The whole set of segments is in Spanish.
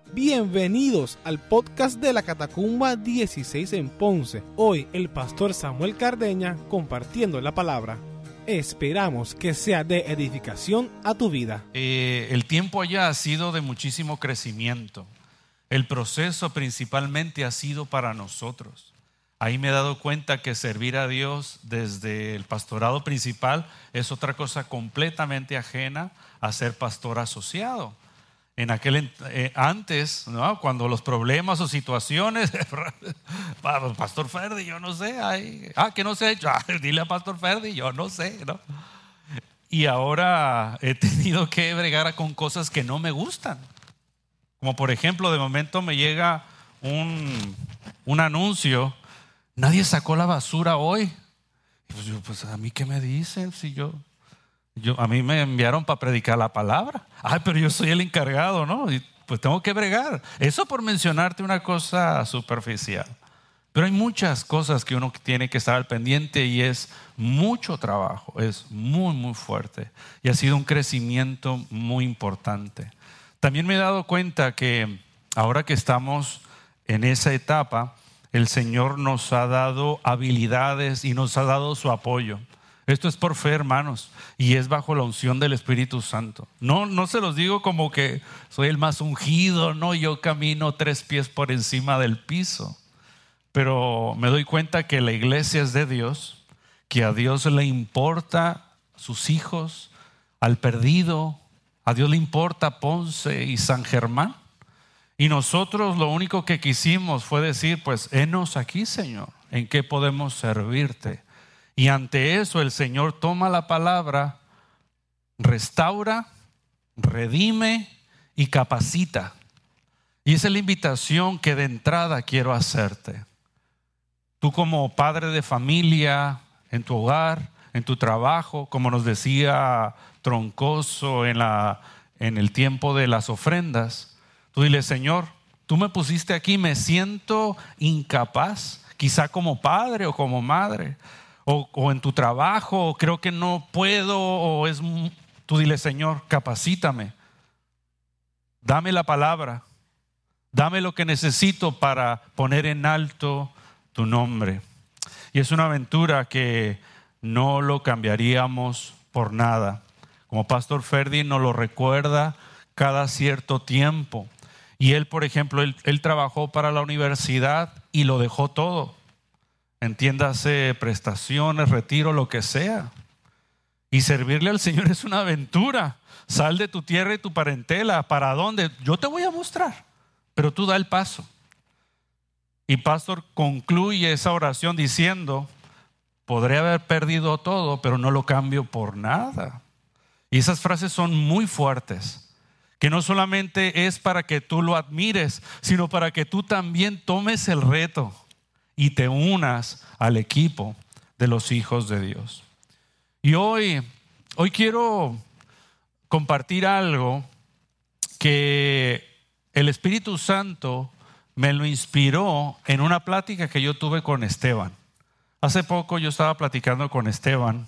Bienvenidos al podcast de la Catacumba 16 en Ponce. Hoy el pastor Samuel Cardeña compartiendo la palabra. Esperamos que sea de edificación a tu vida. El tiempo allá ha sido de muchísimo crecimiento. El proceso principalmente ha sido para nosotros. Ahí me he dado cuenta que servir a Dios desde el pastorado principal es otra cosa completamente ajena a ser pastor asociado. En antes, ¿no? Cuando los problemas o situaciones, Pastor Ferdi, yo no sé, ¿qué no se ha hecho? Dile a Pastor Ferdi, yo no sé, ¿no? Y ahora he tenido que bregar con cosas que no me gustan. Como por ejemplo, de momento me llega un anuncio, nadie sacó la basura hoy. Pues a mí qué me dicen si a mí me enviaron para predicar la palabra. Pero yo soy el encargado, ¿no? Y pues tengo que bregar. Eso por mencionarte una cosa superficial. Pero hay muchas cosas que uno tiene que estar al pendiente y es mucho trabajo. Es muy, muy fuerte. Y ha sido un crecimiento muy importante. También me he dado cuenta que ahora que estamos en esa etapa, el Señor nos ha dado habilidades y nos ha dado su apoyo. Esto es por fe, hermanos, y es bajo la unción del Espíritu Santo. No se los digo como que soy el más ungido, no, yo camino 3 pies por encima del piso. Pero me doy cuenta que la iglesia es de Dios, que a Dios le importa sus hijos, al perdido, a Dios le importa Ponce y San Germán. Y nosotros lo único que quisimos fue decir, pues, henos aquí, Señor, ¿en qué podemos servirte? Y ante eso el Señor toma la palabra, restaura, redime y capacita. Y esa es la invitación que de entrada quiero hacerte. Tú como padre de familia, en tu hogar, en tu trabajo, como nos decía Troncoso en el tiempo de las ofrendas, tú dile, Señor, tú me pusiste aquí, me siento incapaz, quizá como padre o como madre. O en tu trabajo, creo que no puedo, tú dile, Señor, capacítame, dame la palabra, dame lo que necesito para poner en alto tu nombre. Y es una aventura que no lo cambiaríamos por nada. Como Pastor Ferdi nos lo recuerda cada cierto tiempo. Y él, por ejemplo, él trabajó para la universidad y lo dejó todo. Entiéndase, prestaciones, retiro, lo que sea. Y servirle al Señor es una aventura. Sal de tu tierra y tu parentela. ¿Para dónde? Yo te voy a mostrar, pero tú da el paso. Y Pastor concluye esa oración diciendo, podré haber perdido todo, pero no lo cambio por nada. Y esas frases son muy fuertes, que no solamente es para que tú lo admires, sino para que tú también tomes el reto y te unas al equipo de los hijos de Dios. Y hoy quiero compartir algo que el Espíritu Santo me lo inspiró en una plática que yo tuve con Esteban. Hace poco yo estaba platicando con Esteban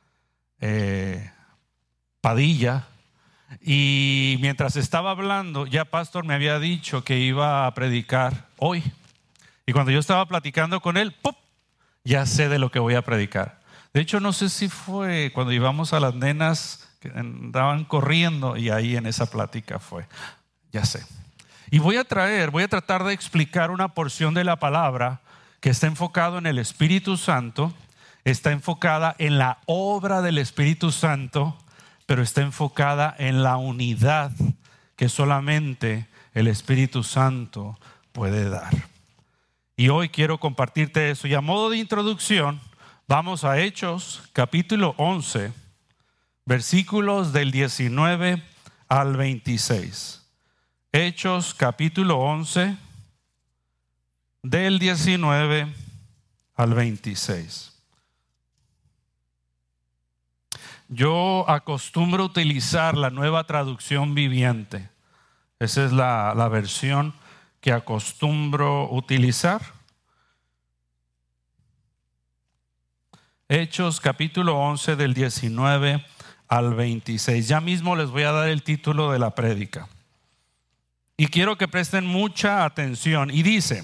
Padilla, y mientras estaba hablando, ya Pastor me había dicho que iba a predicar hoy. Y cuando yo estaba platicando con él, ¡pum!, ya sé de lo que voy a predicar. De hecho, no sé si fue cuando íbamos a las nenas que andaban corriendo y ahí en esa plática fue. Ya sé. Y voy a tratar de explicar una porción de la palabra que está enfocado en el Espíritu Santo, está enfocada en la obra del Espíritu Santo, pero está enfocada en la unidad que solamente el Espíritu Santo puede dar. Y hoy quiero compartirte eso. Y a modo de introducción, vamos a Hechos, capítulo 11, versículos del 19 al 26. Hechos, capítulo 11, del 19 al 26. Yo acostumbro utilizar la Nueva Traducción Viviente. Esa es la versión que acostumbro utilizar. Hechos capítulo 11 del 19 al 26. Ya mismo les voy a dar el título de la prédica. Y quiero que presten mucha atención. Y dice: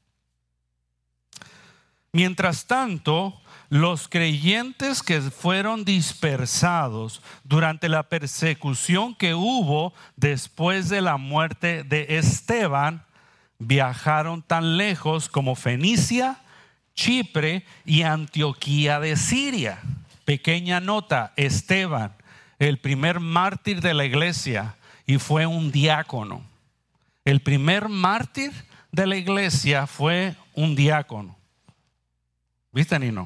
mientras tanto, los creyentes que fueron dispersados durante la persecución que hubo después de la muerte de Esteban, viajaron tan lejos como Fenicia, Chipre y Antioquía de Siria. Pequeña nota: Esteban, el primer mártir de la iglesia, y fue un diácono. El primer mártir de la iglesia fue un diácono. ¿Viste, Nino?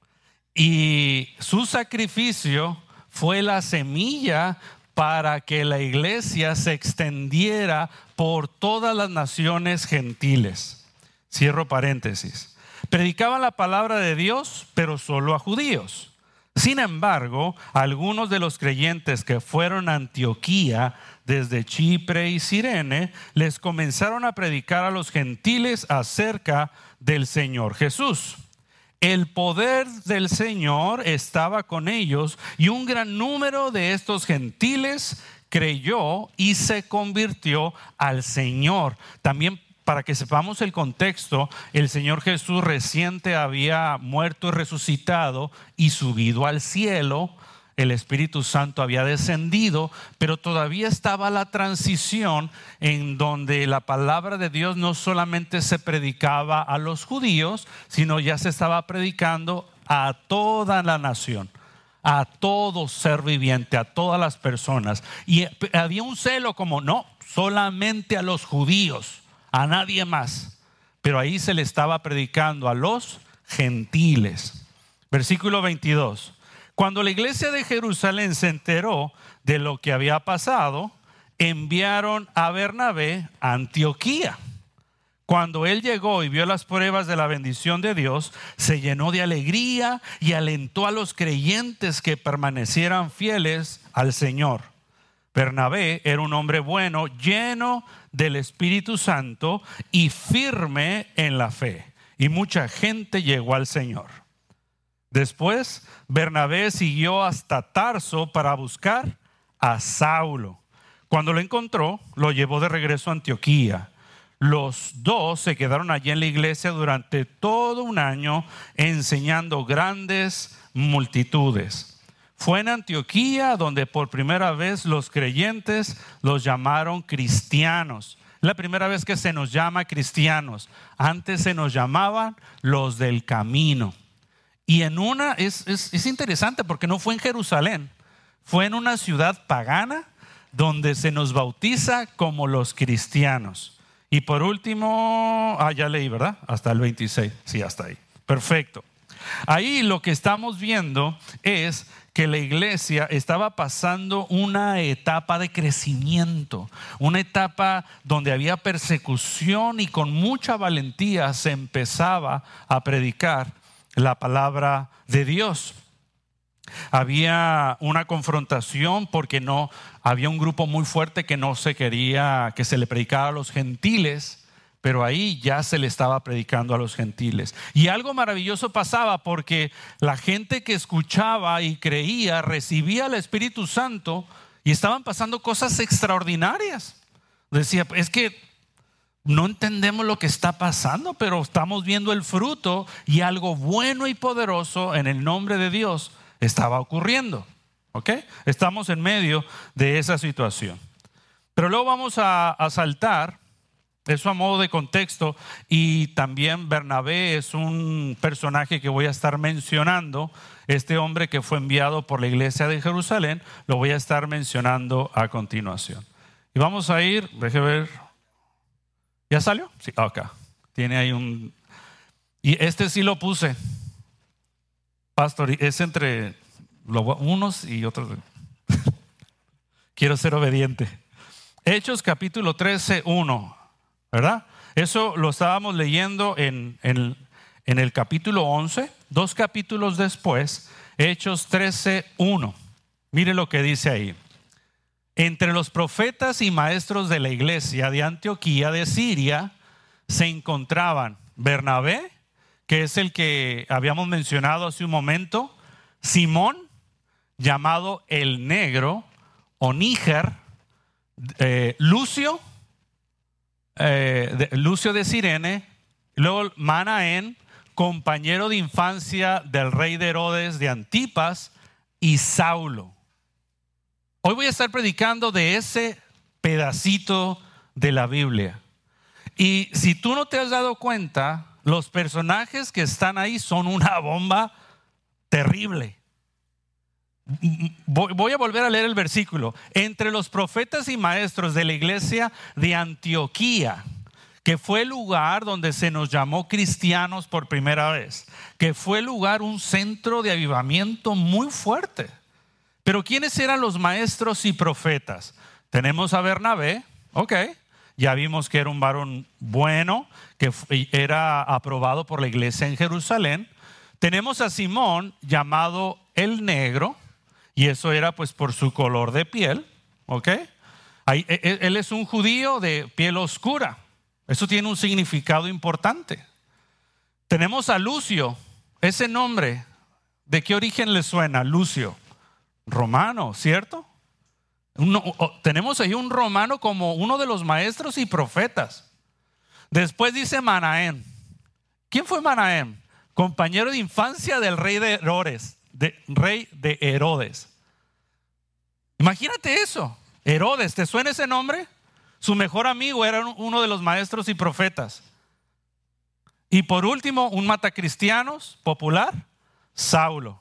Y su sacrificio fue la semilla para que la iglesia se extendiera por todas las naciones gentiles. Cierro paréntesis. Predicaban la palabra de Dios, pero solo a judíos. Sin embargo, algunos de los creyentes que fueron a Antioquía desde Chipre y Cirene les comenzaron a predicar a los gentiles acerca del Señor Jesús. El poder del Señor estaba con ellos y un gran número de estos gentiles creyó y se convirtió al Señor. También, para que sepamos el contexto, el Señor Jesús reciente había muerto y resucitado y subido al cielo. El Espíritu Santo había descendido, pero todavía estaba la transición en donde la palabra de Dios no solamente se predicaba a los judíos, sino ya se estaba predicando a toda la nación, a todo ser viviente, a todas las personas. Y había un celo como no, solamente a los judíos, a nadie más. Pero ahí se le estaba predicando a los gentiles. Versículo 22. Cuando la iglesia de Jerusalén se enteró de lo que había pasado, enviaron a Bernabé a Antioquía. Cuando él llegó y vio las pruebas de la bendición de Dios, se llenó de alegría y alentó a los creyentes que permanecieran fieles al Señor. Bernabé era un hombre bueno, lleno del Espíritu Santo y firme en la fe. Y mucha gente llegó al Señor. Después, Bernabé siguió hasta Tarso para buscar a Saulo. Cuando lo encontró, lo llevó de regreso a Antioquía. Los dos se quedaron allí en la iglesia durante todo un año, enseñando grandes multitudes. Fue en Antioquía donde por primera vez los creyentes los llamaron cristianos. La primera vez que se nos llama cristianos. Antes se nos llamaban los del camino. Y es interesante porque no fue en Jerusalén, fue en una ciudad pagana donde se nos bautiza como los cristianos. Y por último, ya leí, ¿verdad? Hasta el 26, sí, hasta ahí. Perfecto. Ahí lo que estamos viendo es que la iglesia estaba pasando una etapa de crecimiento, una etapa donde había persecución y con mucha valentía se empezaba a predicar la palabra de Dios. Había una confrontación porque no había un grupo muy fuerte que no se quería que se le predicara a los gentiles, pero ahí ya se le estaba predicando a los gentiles. Y algo maravilloso pasaba porque la gente que escuchaba y creía recibía el Espíritu Santo y estaban pasando cosas extraordinarias. Decía, es que no entendemos lo que está pasando, pero estamos viendo el fruto y algo bueno y poderoso en el nombre de Dios estaba ocurriendo. ¿Ok? Estamos en medio de esa situación. Pero luego vamos a saltar, eso a modo de contexto, y también Bernabé es un personaje que voy a estar mencionando. Este hombre que fue enviado por la iglesia de Jerusalén, lo voy a estar mencionando a continuación. Y vamos a ir, déjeme ver. ¿Ya salió? Sí, acá. Tiene ahí un... Y este sí lo puse. Pastor, es entre unos y otros. Quiero ser obediente. Hechos capítulo 13, 1. ¿Verdad? Eso lo estábamos leyendo en el capítulo 11. 2 capítulos después. Hechos 13, 1. Mire lo que dice ahí. Entre los profetas y maestros de la iglesia de Antioquía de Siria se encontraban Bernabé, que es el que habíamos mencionado hace un momento, Simón, llamado el Negro, o Níger, Lucio, Lucio de Cirene, luego Manaén, compañero de infancia del rey de Herodes, de Antipas, y Saulo. Hoy voy a estar predicando de ese pedacito de la Biblia. Y si tú no te has dado cuenta, los personajes que están ahí son una bomba terrible. Voy a volver a leer el versículo. Entre los profetas y maestros de la iglesia de Antioquía, que fue el lugar donde se nos llamó cristianos por primera vez, que fue el lugar, un centro de avivamiento muy fuerte. Pero ¿quiénes eran los maestros y profetas? Tenemos a Bernabé, ya vimos que era un varón bueno, que era aprobado por la iglesia en Jerusalén. Tenemos a Simón, llamado el Negro, y eso era pues por su color de piel, Él es un judío de piel oscura. Eso tiene un significado importante. Tenemos a Lucio. Ese nombre, ¿de qué origen le suena? Lucio, romano, ¿cierto? Tenemos ahí un romano como uno de los maestros y profetas. Después dice Manaén. ¿Quién fue Manaén? Compañero de infancia del rey de Herodes. Imagínate eso. Herodes, ¿te suena ese nombre? Su mejor amigo era uno de los maestros y profetas. Y por último, un matacristianos popular, Saulo.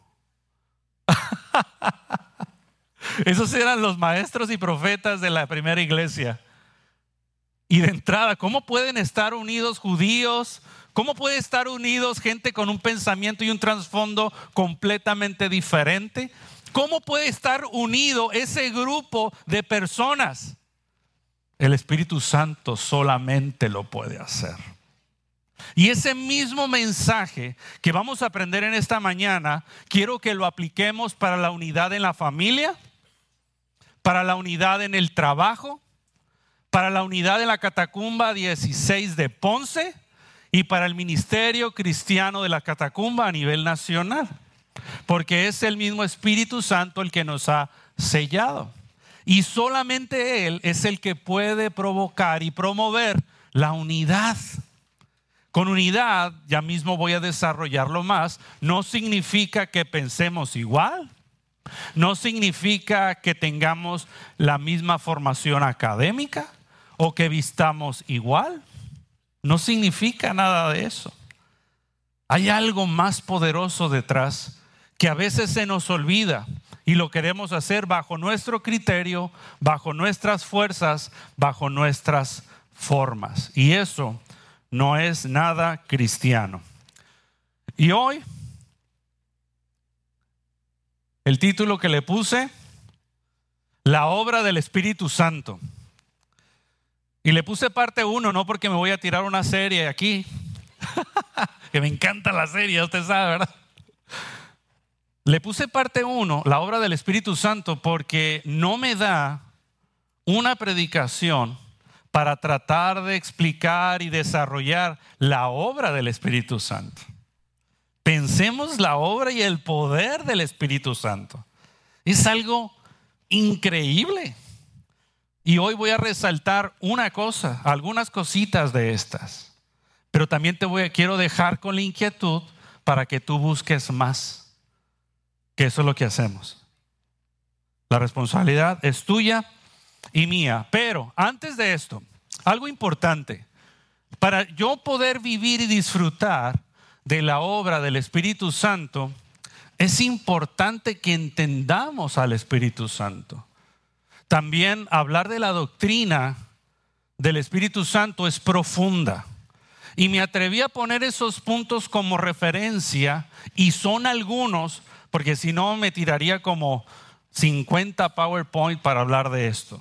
Esos eran los maestros y profetas de la primera iglesia. Y de entrada, ¿cómo pueden estar unidos judíos? ¿Cómo puede estar unidos gente con un pensamiento y un trasfondo completamente diferente? ¿Cómo puede estar unido ese grupo de personas? El Espíritu Santo solamente lo puede hacer. Y ese mismo mensaje que vamos a aprender en esta mañana, quiero que lo apliquemos para la unidad en la familia, para la unidad en el trabajo, para la unidad en la Catacumba 16 de Ponce y para el ministerio cristiano de la Catacumba a nivel nacional. Porque es el mismo Espíritu Santo el que nos ha sellado. Y solamente Él es el que puede provocar y promover la unidad. Con unidad, ya mismo voy a desarrollarlo más, no significa que pensemos igual. No significa que tengamos la misma formación académica o que vistamos igual. No significa nada de eso. Hay algo más poderoso detrás que a veces se nos olvida y lo queremos hacer bajo nuestro criterio, bajo nuestras fuerzas, bajo nuestras formas. Y eso no es nada cristiano. Y hoy, el título que le puse, la obra del Espíritu Santo. Y le puse parte 1, no porque me voy a tirar una serie aquí, que me encanta la serie, usted sabe, ¿verdad? Le puse parte 1, la obra del Espíritu Santo, porque no me da una predicación para tratar de explicar y desarrollar la obra del Espíritu Santo. Pensemos la obra y el poder del Espíritu Santo. Es algo increíble. Y hoy voy a resaltar una cosa, algunas cositas de estas. Pero también quiero dejar con la inquietud para que tú busques más. Que eso es lo que hacemos. La responsabilidad es tuya y mía. Pero antes de esto, algo importante. Para yo poder vivir y disfrutar de la obra del Espíritu Santo, es importante que entendamos al Espíritu Santo. También hablar de la doctrina del Espíritu Santo es profunda. Y me atreví a poner esos puntos como referencia, y son algunos, porque si no me tiraría como 50 PowerPoint para hablar de esto.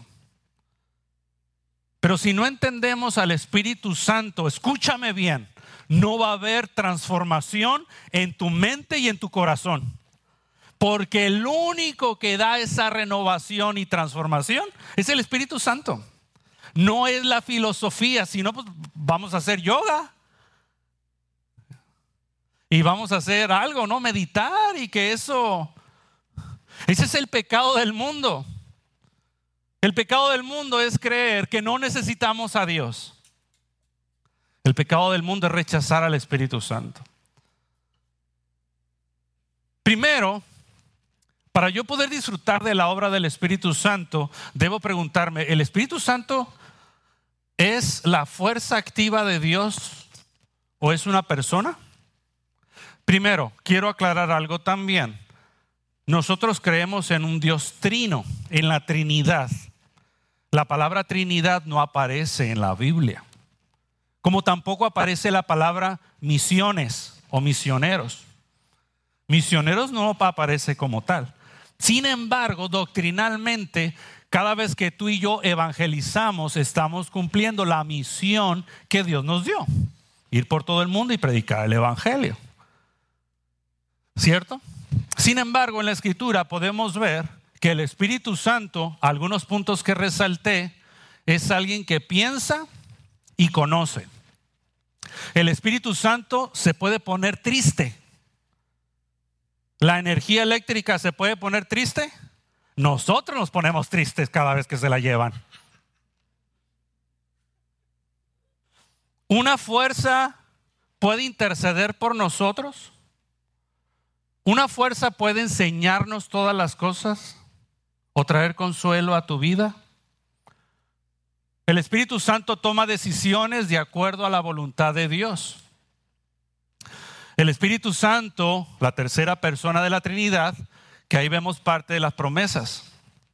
Pero si no entendemos al Espíritu Santo, escúchame bien, no va a haber transformación en tu mente y en tu corazón. Porque el único que da esa renovación y transformación es el Espíritu Santo. No es la filosofía, sino pues vamos a hacer yoga. Y vamos a hacer algo, ¿no? Meditar y que eso... Ese es el pecado del mundo. El pecado del mundo es creer que no necesitamos a Dios. El pecado del mundo es rechazar al Espíritu Santo. Primero, para yo poder disfrutar de la obra del Espíritu Santo, debo preguntarme, ¿el Espíritu Santo es la fuerza activa de Dios o es una persona? Primero, quiero aclarar algo también. Nosotros creemos en un Dios trino, en la Trinidad. La palabra Trinidad no aparece en la Biblia, como tampoco aparece la palabra misiones o misioneros. Misioneros no aparece como tal. Sin embargo, doctrinalmente, cada vez que tú y yo evangelizamos, estamos cumpliendo la misión que Dios nos dio: ir por todo el mundo y predicar el evangelio. ¿Cierto? Sin embargo, en la Escritura podemos ver que el Espíritu Santo, algunos puntos que resalté, es alguien que piensa y conoce. El Espíritu Santo se puede poner triste. ¿La energía eléctrica se puede poner triste? Nosotros nos ponemos tristes cada vez que se la llevan. ¿Una fuerza puede interceder por nosotros? ¿Una fuerza puede enseñarnos todas las cosas o traer consuelo a tu vida? El Espíritu Santo toma decisiones de acuerdo a la voluntad de Dios. El Espíritu Santo, la tercera persona de la Trinidad, que ahí vemos parte de las promesas.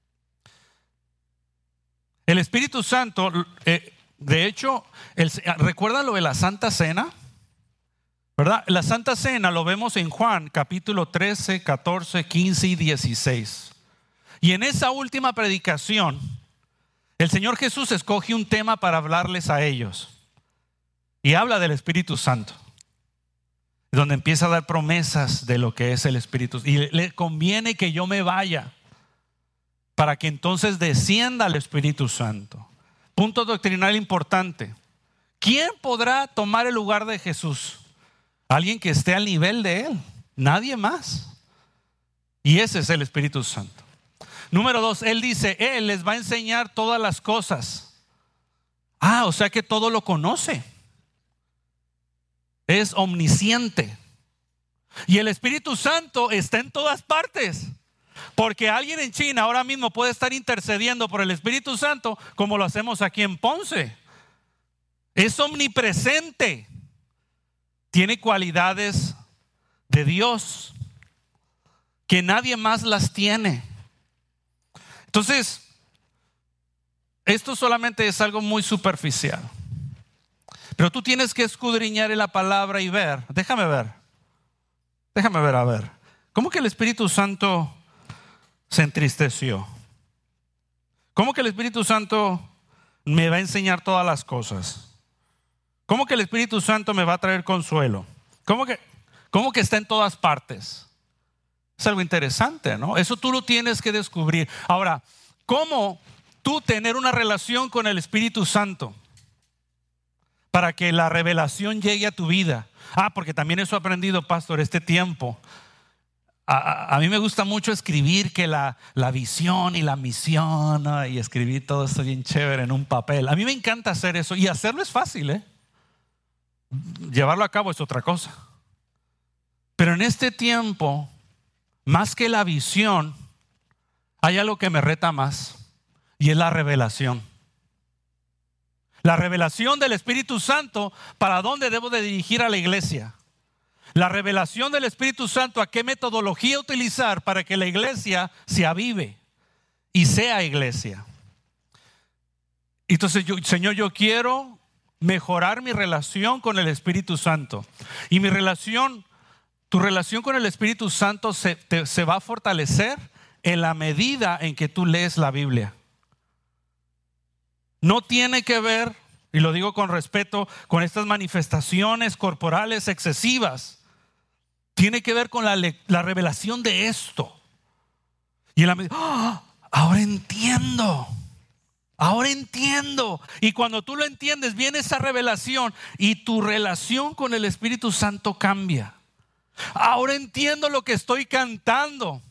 El Espíritu Santo, de hecho, ¿recuerdan lo de la Santa Cena? ¿Verdad? La Santa Cena lo vemos en Juan capítulo 13, 14, 15 y 16. Y en esa última predicación, el Señor Jesús escoge un tema para hablarles a ellos. Y habla del Espíritu Santo, donde empieza a dar promesas de lo que es el Espíritu. Y le conviene que yo me vaya para que entonces descienda el Espíritu Santo. Punto doctrinal importante. ¿Quién podrá tomar el lugar de Jesús? Alguien que esté al nivel de Él. Nadie más. Y ese es el Espíritu Santo. Número 2, Él dice, Él les va a enseñar todas las cosas. O sea que todo lo conoce. Es omnisciente. Y el Espíritu Santo está en todas partes. Porque alguien en China ahora mismo puede estar intercediendo por el Espíritu Santo como lo hacemos aquí en Ponce. Es omnipresente. Tiene cualidades de Dios que nadie más las tiene. Entonces, esto solamente es algo muy superficial. Pero tú tienes que escudriñar en la palabra y ver. Déjame ver, a ver. ¿Cómo que el Espíritu Santo se entristeció? ¿Cómo que el Espíritu Santo me va a enseñar todas las cosas? ¿Cómo que el Espíritu Santo me va a traer consuelo? ¿Cómo que está en todas partes? Es algo interesante, ¿no? Eso tú lo tienes que descubrir. Ahora, ¿cómo tú tener una relación con el Espíritu Santo para que la revelación llegue a tu vida? Porque también eso he aprendido, pastor, este tiempo. A mí me gusta mucho escribir que la visión y la misión, ¿no? Y escribir todo esto bien chévere en un papel. A mí me encanta hacer eso y hacerlo es fácil, ¿eh? Llevarlo a cabo es otra cosa. Pero en este tiempo, más que la visión, hay algo que me reta más y es la revelación. La revelación del Espíritu Santo para dónde debo de dirigir a la iglesia. La revelación del Espíritu Santo a qué metodología utilizar para que la iglesia se avive y sea iglesia. Entonces, Señor, yo quiero mejorar mi relación con el Espíritu Santo. Y tu relación con el Espíritu Santo se va a fortalecer en la medida en que tú lees la Biblia. No tiene que ver, y lo digo con respeto, con estas manifestaciones corporales excesivas. Tiene que ver con la revelación de esto. Y en la medida, ahora entiendo. Y cuando tú lo entiendes, viene esa revelación y tu relación con el Espíritu Santo cambia. Ahora entiendo lo que estoy cantando.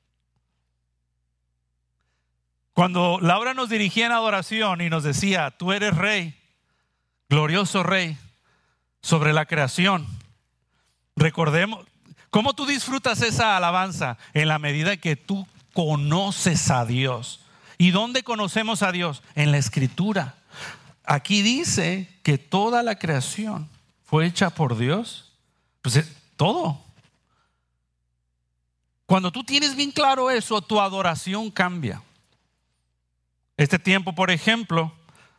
Cuando Laura nos dirigía en adoración y nos decía, tú eres rey, glorioso rey, sobre la creación. Recordemos, ¿cómo tú disfrutas esa alabanza? En la medida que tú conoces a Dios. ¿Y dónde conocemos a Dios? En la Escritura. Aquí dice que toda la creación fue hecha por Dios. Pues todo. Cuando tú tienes bien claro eso, tu adoración cambia. Este tiempo, por ejemplo,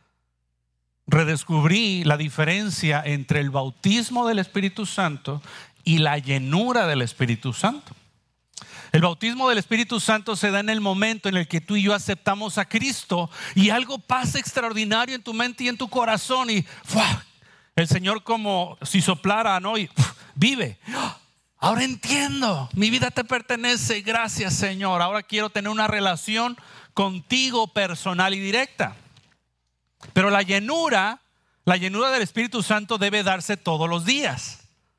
redescubrí la diferencia entre el bautismo del Espíritu Santo y la llenura del Espíritu Santo. El bautismo del Espíritu Santo se da en el momento en el que tú y yo aceptamos a Cristo y algo pasa extraordinario en tu mente y en tu corazón y ¡fua! El Señor como si soplara, ¿no? Y vive. Ahora entiendo, mi vida te pertenece, gracias Señor. Ahora quiero tener una relación contigo personal y directa. Pero la llenura del Espíritu Santo debe darse todos los días.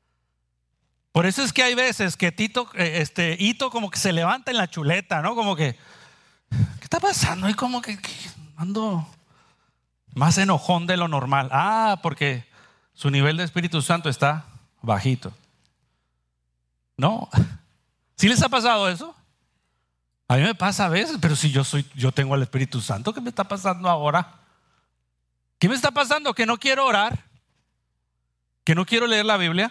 Por eso es que hay veces que Hito como que se levanta en la chuleta, ¿no? Como que, ¿qué está pasando? Y como que ando más enojón de lo normal. Porque su nivel de Espíritu Santo está bajito. No. ¿Sí les ha pasado eso? A mí me pasa a veces, pero si yo tengo al Espíritu Santo, ¿qué me está pasando ahora? ¿Qué me está pasando? Que no quiero orar, que no quiero leer la Biblia,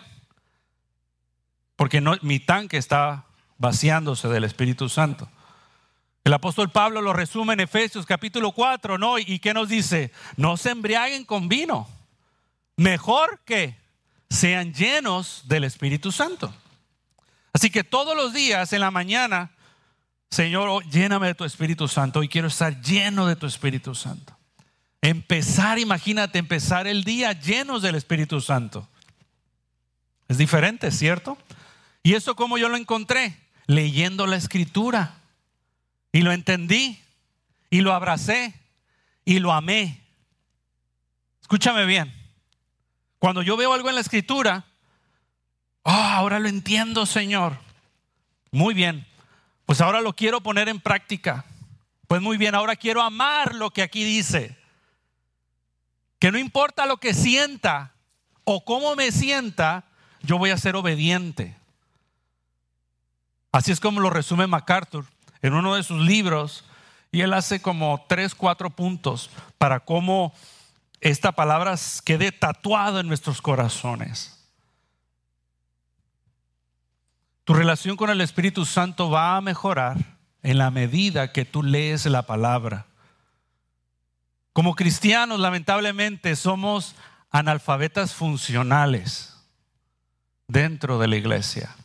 porque mi tanque está vaciándose del Espíritu Santo. El apóstol Pablo lo resume en Efesios capítulo 4, ¿no? ¿Y qué nos dice? No se embriaguen con vino, mejor que sean llenos del Espíritu Santo. Así que todos los días en la mañana, Señor, lléname de tu Espíritu Santo. Hoy quiero estar lleno de tu Espíritu Santo. Imagínate, empezar el día llenos del Espíritu Santo. Es diferente, ¿cierto? ¿Y eso cómo yo lo encontré? Leyendo la Escritura. Y lo entendí, y lo abracé, y lo amé. Escúchame bien. Cuando yo veo algo en la Escritura, ahora lo entiendo, Señor. Muy bien, pues ahora lo quiero poner en práctica. Pues muy bien, ahora quiero amar lo que aquí dice. Que no importa lo que sienta o cómo me sienta, yo voy a ser obediente. Así es como lo resume MacArthur en uno de sus libros. Y él hace como 3-4 puntos para cómo esta palabra quede tatuada en nuestros corazones. Tu relación con el Espíritu Santo va a mejorar en la medida que tú lees la palabra. Como cristianos, lamentablemente, somos analfabetas funcionales dentro de la iglesia.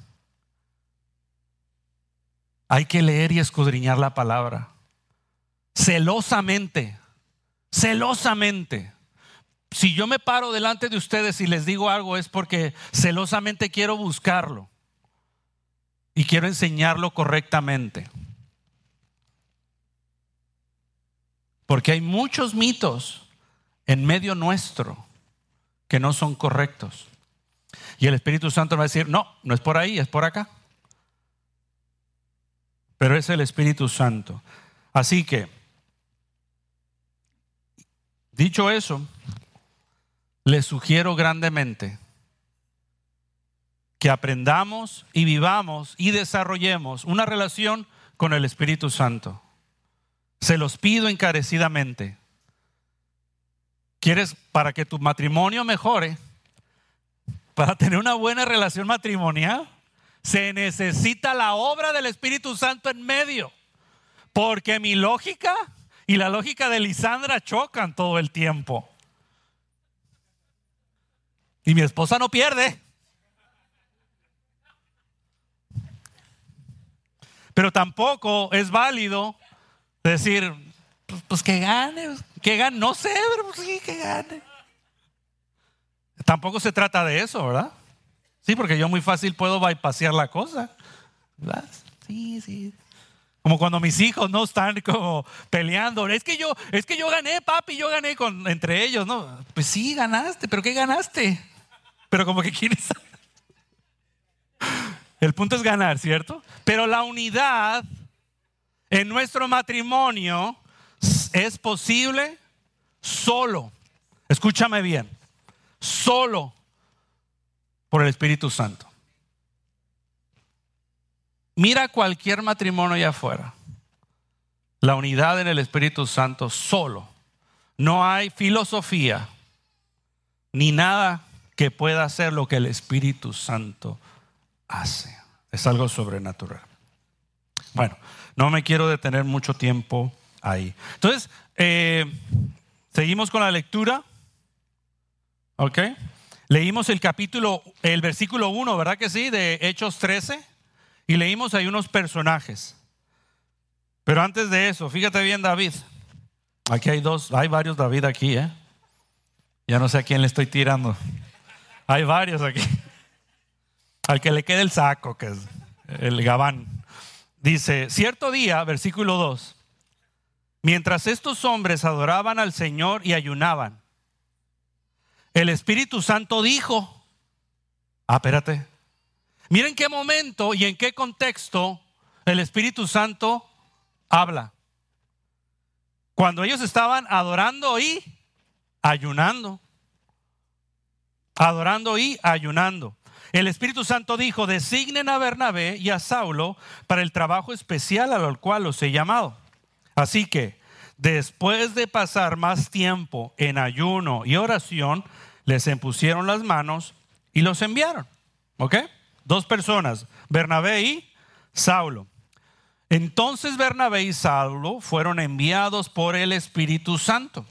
Hay que leer y escudriñar la palabra celosamente. Si yo me paro delante de ustedes y les digo algo, es porque celosamente quiero buscarlo y quiero enseñarlo correctamente. Porque hay muchos mitos en medio nuestro que no son correctos. Y el Espíritu Santo va a decir, no es por ahí, es por acá. Pero es el Espíritu Santo. Así que, dicho eso, les sugiero grandemente que aprendamos y vivamos y desarrollemos una relación con el Espíritu Santo. Se los pido encarecidamente. ¿Quieres para que tu matrimonio mejore? Para tener una buena relación matrimonial, se necesita la obra del Espíritu Santo en medio. Porque mi lógica y la lógica de Lisandra chocan todo el tiempo. Y mi esposa no pierde. Pero tampoco es válido decir, pues que gane, no sé, pero pues sí, que gane. Tampoco se trata de eso, ¿verdad? Sí, porque yo muy fácil puedo bypassear la cosa, ¿verdad? Sí. Como cuando mis hijos no están como peleando. Es que yo gané, papi, yo gané entre ellos, ¿no? Pues sí, ganaste, pero ¿qué ganaste? Pero como que quieres. El punto es ganar, ¿cierto? Pero la unidad en nuestro matrimonio es posible solo. Escúchame bien. Solo por el Espíritu Santo. Mira cualquier matrimonio allá afuera. La unidad en el Espíritu Santo solo. No hay filosofía ni nada que pueda hacer lo que el Espíritu Santo hace. Es algo sobrenatural. Bueno, no me quiero detener mucho tiempo ahí. Entonces, seguimos con la lectura. ¿Ok? Leímos el versículo 1, ¿verdad que sí? De Hechos 13. Y leímos ahí unos personajes. Pero antes de eso, fíjate bien David. Aquí hay varios David aquí, ¿eh? Ya no sé a quién le estoy tirando. Hay varios aquí. Al que le quede el saco, que es el gabán. Dice, cierto día, versículo 2. Mientras estos hombres adoraban al Señor y ayunaban, el Espíritu Santo dijo, espérate. Miren qué momento y en qué contexto el Espíritu Santo habla. Cuando ellos estaban adorando y ayunando. Adorando y ayunando. El Espíritu Santo dijo, designen a Bernabé y a Saulo para el trabajo especial al cual los he llamado. Así que, después de pasar más tiempo en ayuno y oración, les impusieron las manos y los enviaron. ¿Ok? 2 personas, Bernabé y Saulo. Entonces Bernabé y Saulo fueron enviados por el Espíritu Santo.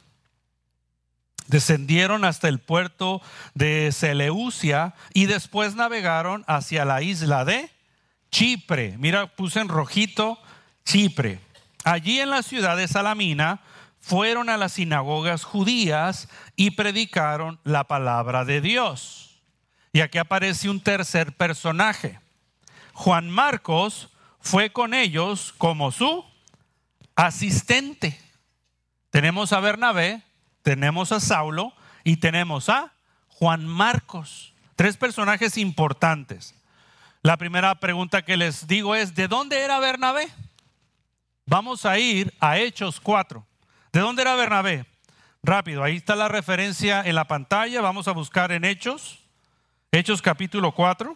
Descendieron hasta el puerto de Seleucia y después navegaron hacia la isla de Chipre. Mira, puse en rojito Chipre. Allí en la ciudad de Salamina fueron a las sinagogas judías y predicaron la palabra de Dios. Y aquí aparece un tercer personaje. Juan Marcos fue con ellos como su asistente. Tenemos a Bernabé, tenemos a Saulo y tenemos a Juan Marcos. 3 personajes importantes. La primera pregunta que les digo es, ¿de dónde era Bernabé? Vamos a ir a Hechos 4. ¿De dónde era Bernabé? Rápido, ahí está la referencia en la pantalla. Vamos a buscar en Hechos. Hechos capítulo 4.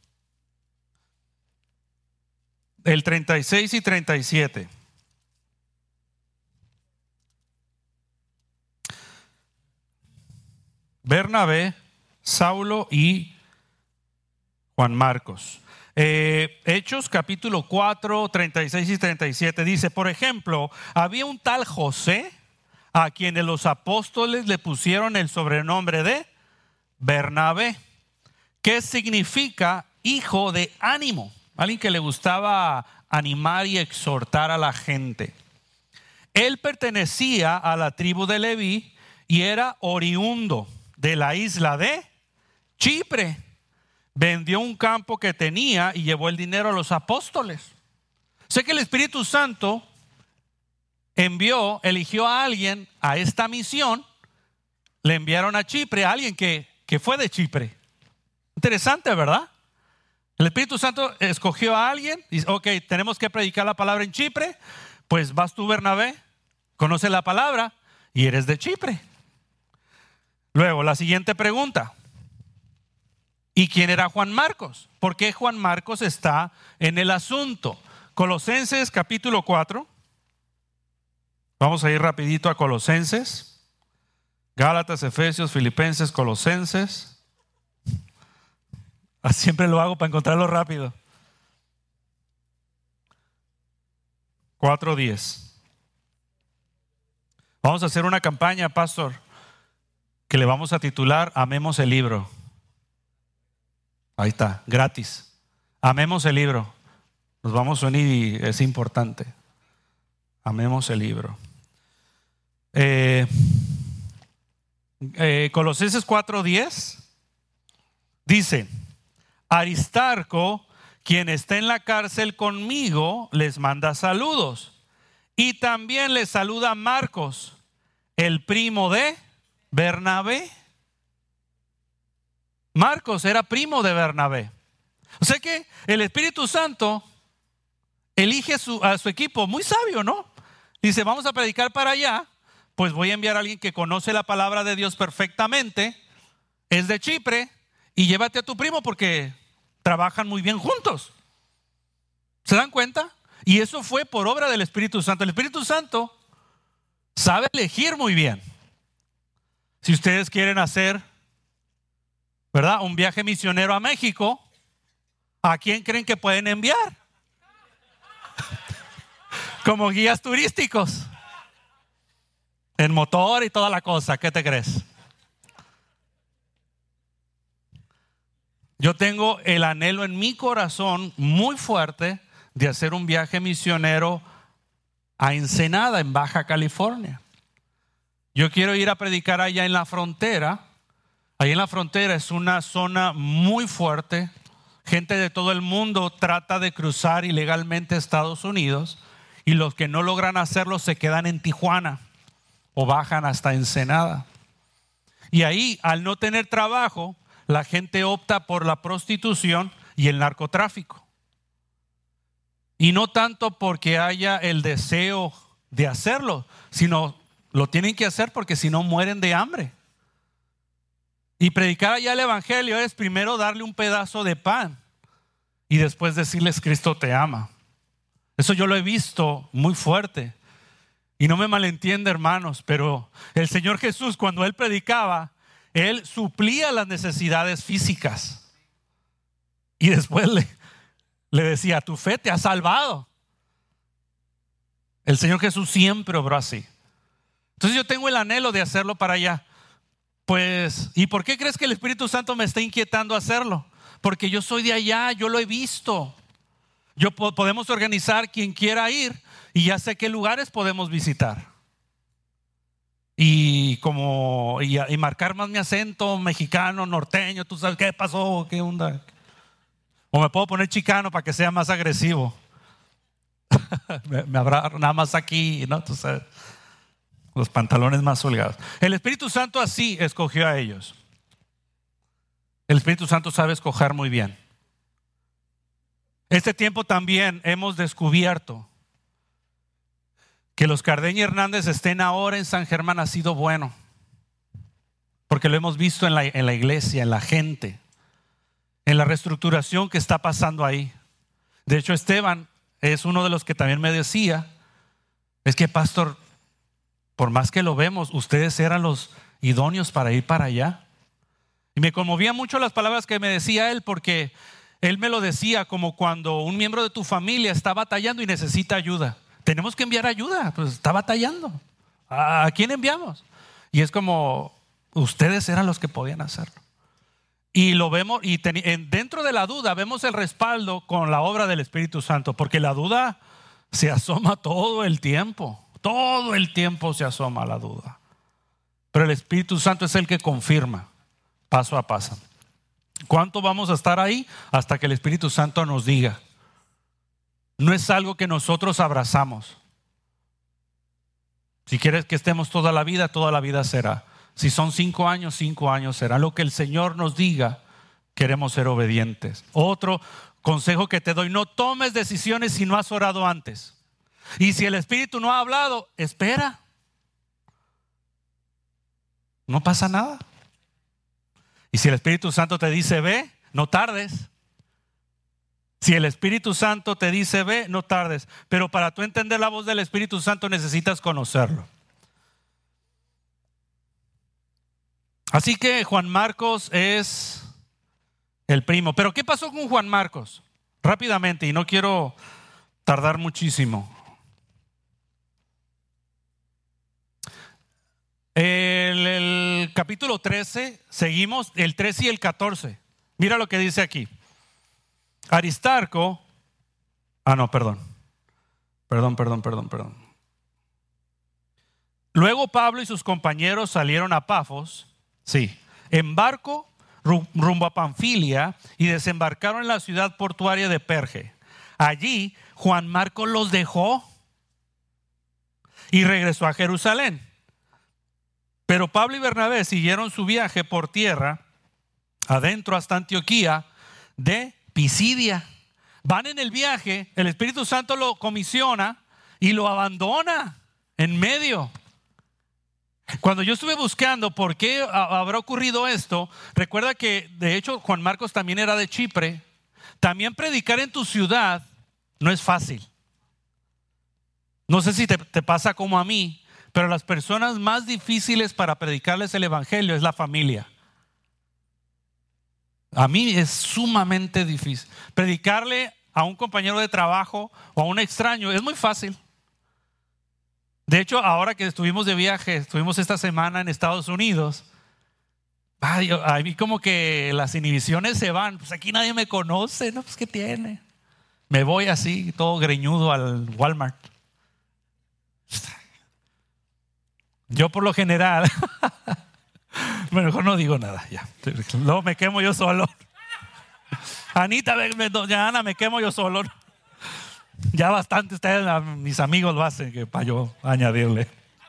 El 36 y 37. Bernabé, Saulo y Juan Marcos. Hechos capítulo 4, 36 y 37 dice, por ejemplo, había un tal José a quien los apóstoles le pusieron el sobrenombre de Bernabé, que significa hijo de ánimo, alguien que le gustaba animar y exhortar a la gente. Él pertenecía a la tribu de Leví y era oriundo de la isla de Chipre. Vendió un campo que tenía y llevó el dinero a los apóstoles. Sé que el Espíritu Santo eligió a alguien a esta misión. Le enviaron a Chipre a alguien que fue de Chipre. Interesante, ¿verdad? El Espíritu Santo escogió a alguien y dice, ok, tenemos que predicar la palabra en Chipre. Pues vas tú, Bernabé, conoces la palabra y eres de Chipre. Luego, la siguiente pregunta. ¿Y quién era Juan Marcos? ¿Por qué Juan Marcos está en el asunto? Colosenses capítulo 4. Vamos a ir rapidito a Colosenses. Gálatas, Efesios, Filipenses, Colosenses. Siempre lo hago para encontrarlo rápido. 4:10. Vamos a hacer una campaña, pastor, que le vamos a titular Amemos el libro. Ahí está, gratis. Amemos el libro. Nos vamos a unir y es importante. Amemos el libro. Colosenses 4:10 dice, Aristarco, quien está en la cárcel conmigo, les manda saludos. Y también les saluda Marcos, el primo de Bernabé. Marcos era primo de Bernabé. O sea que el Espíritu Santo elige a su equipo, muy sabio, ¿no? Dice, vamos a predicar para allá, pues voy a enviar a alguien que conoce la palabra de Dios perfectamente, es de Chipre y llévate a tu primo porque trabajan muy bien juntos. ¿Se dan cuenta? Y eso fue por obra del Espíritu Santo. El Espíritu Santo sabe elegir muy bien. Si ustedes quieren hacer, ¿verdad?, un viaje misionero a México, ¿a quién creen que pueden enviar? Como guías turísticos. En motor y toda la cosa. ¿Qué te crees? Yo tengo el anhelo en mi corazón muy fuerte de hacer un viaje misionero a Ensenada, en Baja California. Yo quiero ir a predicar allá en la frontera. Ahí en la frontera es una zona muy fuerte. Gente de todo el mundo trata de cruzar ilegalmente a Estados Unidos y los que no logran hacerlo se quedan en Tijuana o bajan hasta Ensenada. Y ahí, al no tener trabajo, la gente opta por la prostitución y el narcotráfico. Y no tanto porque haya el deseo de hacerlo, sino lo tienen que hacer porque si no mueren de hambre. Y predicar allá el evangelio es primero darle un pedazo de pan y después decirles Cristo te ama. Eso yo lo he visto muy fuerte. Y no me malentiende, hermanos, pero el Señor Jesús, cuando Él predicaba, Él suplía las necesidades físicas. Y después le decía, tu fe te ha salvado. El Señor Jesús siempre obró así. Entonces yo tengo el anhelo de hacerlo para allá. Pues, ¿y por qué crees que el Espíritu Santo me está inquietando a hacerlo? Porque yo soy de allá, yo lo he visto. Podemos organizar quien quiera ir y ya sé qué lugares podemos visitar. Y marcar más mi acento mexicano, norteño, tú sabes qué pasó, qué onda. O me puedo poner chicano para que sea más agresivo. me habrá nada más aquí, ¿no? Tú sabes, los pantalones más holgados. El Espíritu Santo así escogió a ellos. El Espíritu Santo sabe escoger muy bien. Este tiempo también hemos descubierto que los Cardeña Hernández estén ahora en San Germán ha sido bueno, porque lo hemos visto en la iglesia, en la gente, en la reestructuración que está pasando ahí. De hecho, Esteban es uno de los que también me decía, es que pastor, por más que lo vemos, ustedes eran los idóneos para ir para allá. Y me conmovían mucho las palabras que me decía él, porque él me lo decía como cuando un miembro de tu familia está batallando y necesita ayuda. Tenemos que enviar ayuda, pues está batallando. ¿A quién enviamos? Y es como, ustedes eran los que podían hacerlo. Y lo vemos, y dentro de la duda vemos el respaldo con la obra del Espíritu Santo, porque la duda se asoma todo el tiempo se asoma la duda. Pero el Espíritu Santo es el que confirma paso a paso. ¿Cuánto vamos a estar ahí? Hasta que el Espíritu Santo nos diga. No es algo que nosotros abrazamos. Si quieres que estemos toda la vida será. Si son 5 años, 5 años será. Lo que el Señor nos diga, queremos ser obedientes. Otro consejo que te doy, no tomes decisiones si no has orado antes. Y si el Espíritu no ha hablado, espera. No pasa nada. Y si el Espíritu Santo te dice ve, no tardes. Si el Espíritu Santo te dice ve, no tardes. Pero para tú entender la voz del Espíritu Santo necesitas conocerlo. Así que Juan Marcos es el primo. Pero ¿qué pasó con Juan Marcos? Rápidamente, y no quiero tardar muchísimo. El capítulo 13, seguimos el 13 y el 14. Mira lo que dice aquí. Aristarco, perdón. Luego Pablo y sus compañeros salieron a Pafos, en barco rumbo a Panfilia y desembarcaron en la ciudad portuaria de Perge. Allí Juan Marcos los dejó y regresó a Jerusalén. Pero Pablo y Bernabé siguieron su viaje por tierra adentro hasta Antioquía de Pisidia. Van en el viaje, el Espíritu Santo lo comisiona y lo abandona en medio. Cuando yo estuve buscando por qué habrá ocurrido esto, recuerda que de hecho Juan Marcos también era de Chipre. También predicar en tu ciudad no es fácil. No sé si te pasa como a mí, pero las personas más difíciles para predicarles el evangelio es la familia. A mí es sumamente difícil. Predicarle a un compañero de trabajo o a un extraño es muy fácil. De hecho, ahora que estuvimos de viaje, estuvimos esta semana en Estados Unidos, a mí como que las inhibiciones se van. Pues aquí nadie me conoce, ¿no? Pues ¿qué tiene? Me voy así, todo greñudo al Walmart. Yo por lo general, mejor no digo nada, ya. Luego me quemo yo solo. Anita, doña Ana, me quemo yo solo. Ya bastante ustedes, mis amigos lo hacen, que para yo añadirle.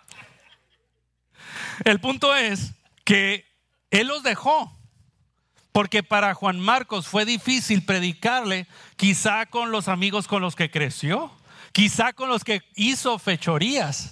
El punto es que él los dejó, porque para Juan Marcos fue difícil predicarle, quizá con los amigos con los que creció, quizá con los que hizo fechorías.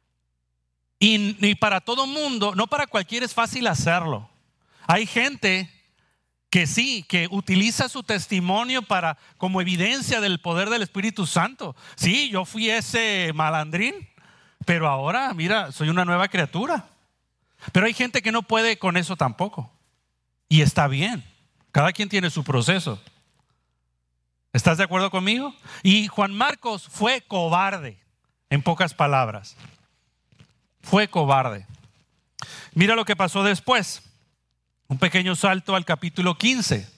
Y para todo mundo, no para cualquiera es fácil hacerlo. Hay gente que sí, que utiliza su testimonio como evidencia del poder del Espíritu Santo. Sí, yo fui ese malandrín, pero ahora, mira, soy una nueva criatura. Pero hay gente que no puede con eso tampoco. Y está bien, cada quien tiene su proceso. ¿Estás de acuerdo conmigo? Y Juan Marcos fue cobarde, en pocas palabras. Fue cobarde. Mira lo que pasó después. Un pequeño salto al capítulo 15.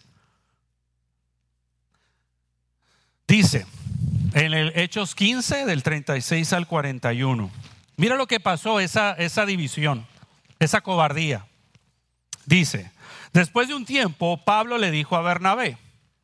Dice, en el Hechos 15, del 36 al 41. Mira lo que pasó, esa división, esa cobardía. Dice, después de un tiempo, Pablo le dijo a Bernabé: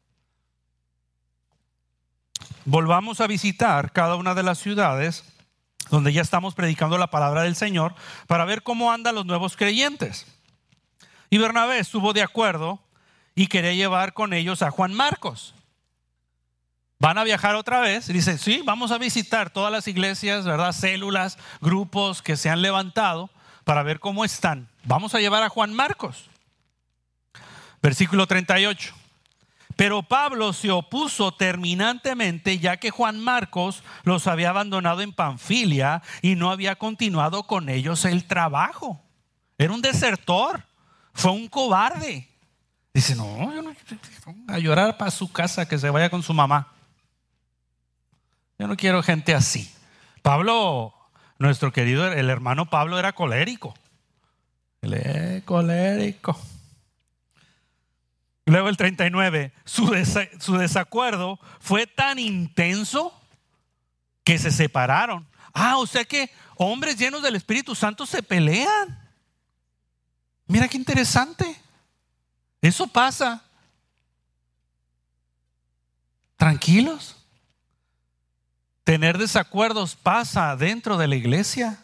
volvamos a visitar cada una de las ciudades donde ya estamos predicando la palabra del Señor, para ver cómo andan los nuevos creyentes. Y Bernabé estuvo de acuerdo y quería llevar con ellos a Juan Marcos. Van a viajar otra vez. Y dice, sí, vamos a visitar todas las iglesias, ¿verdad? Células, grupos que se han levantado para ver cómo están. Vamos a llevar a Juan Marcos. Versículo 38. Pero Pablo se opuso terminantemente, ya que Juan Marcos los había abandonado en Panfilia y no había continuado con ellos el trabajo. Era un desertor, fue un cobarde. Dice, no, yo no, a llorar para su casa, que se vaya con su mamá. Yo no quiero gente así. Pablo, nuestro querido, el hermano Pablo era colérico. Él es colérico. Luego el 39, su desacuerdo fue tan intenso que se separaron. O sea que hombres llenos del Espíritu Santo se pelean. Mira qué interesante. Eso pasa. Tranquilos. Tener desacuerdos pasa dentro de la iglesia.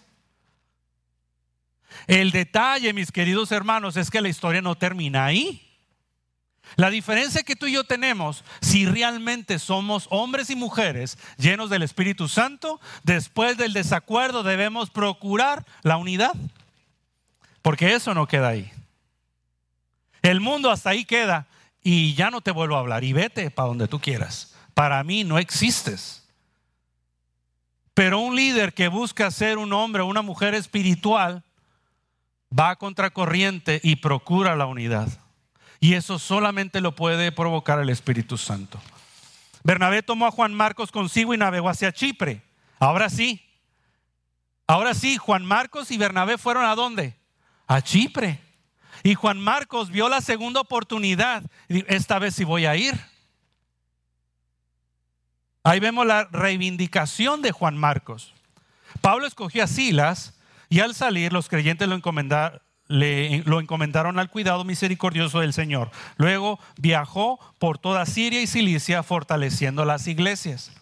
El detalle, mis queridos hermanos, es que la historia no termina ahí. La diferencia que tú y yo tenemos, si realmente somos hombres y mujeres llenos del Espíritu Santo, después del desacuerdo debemos procurar la unidad, porque eso no queda ahí. El mundo hasta ahí queda y ya no te vuelvo a hablar y vete para donde tú quieras. Para mí no existes. Pero un líder que busca ser un hombre o una mujer espiritual va a contracorriente y procura la unidad. Y eso solamente lo puede provocar el Espíritu Santo. Bernabé tomó a Juan Marcos consigo y navegó hacia Chipre. Ahora sí, Juan Marcos y Bernabé fueron ¿a dónde? A Chipre. Y Juan Marcos vio la segunda oportunidad. Y esta vez sí voy a ir. Ahí vemos la reivindicación de Juan Marcos. Pablo escogió a Silas y al salir los creyentes lo encomendaron al cuidado misericordioso del Señor. Luego viajó por toda Siria y Cilicia fortaleciendo las iglesias.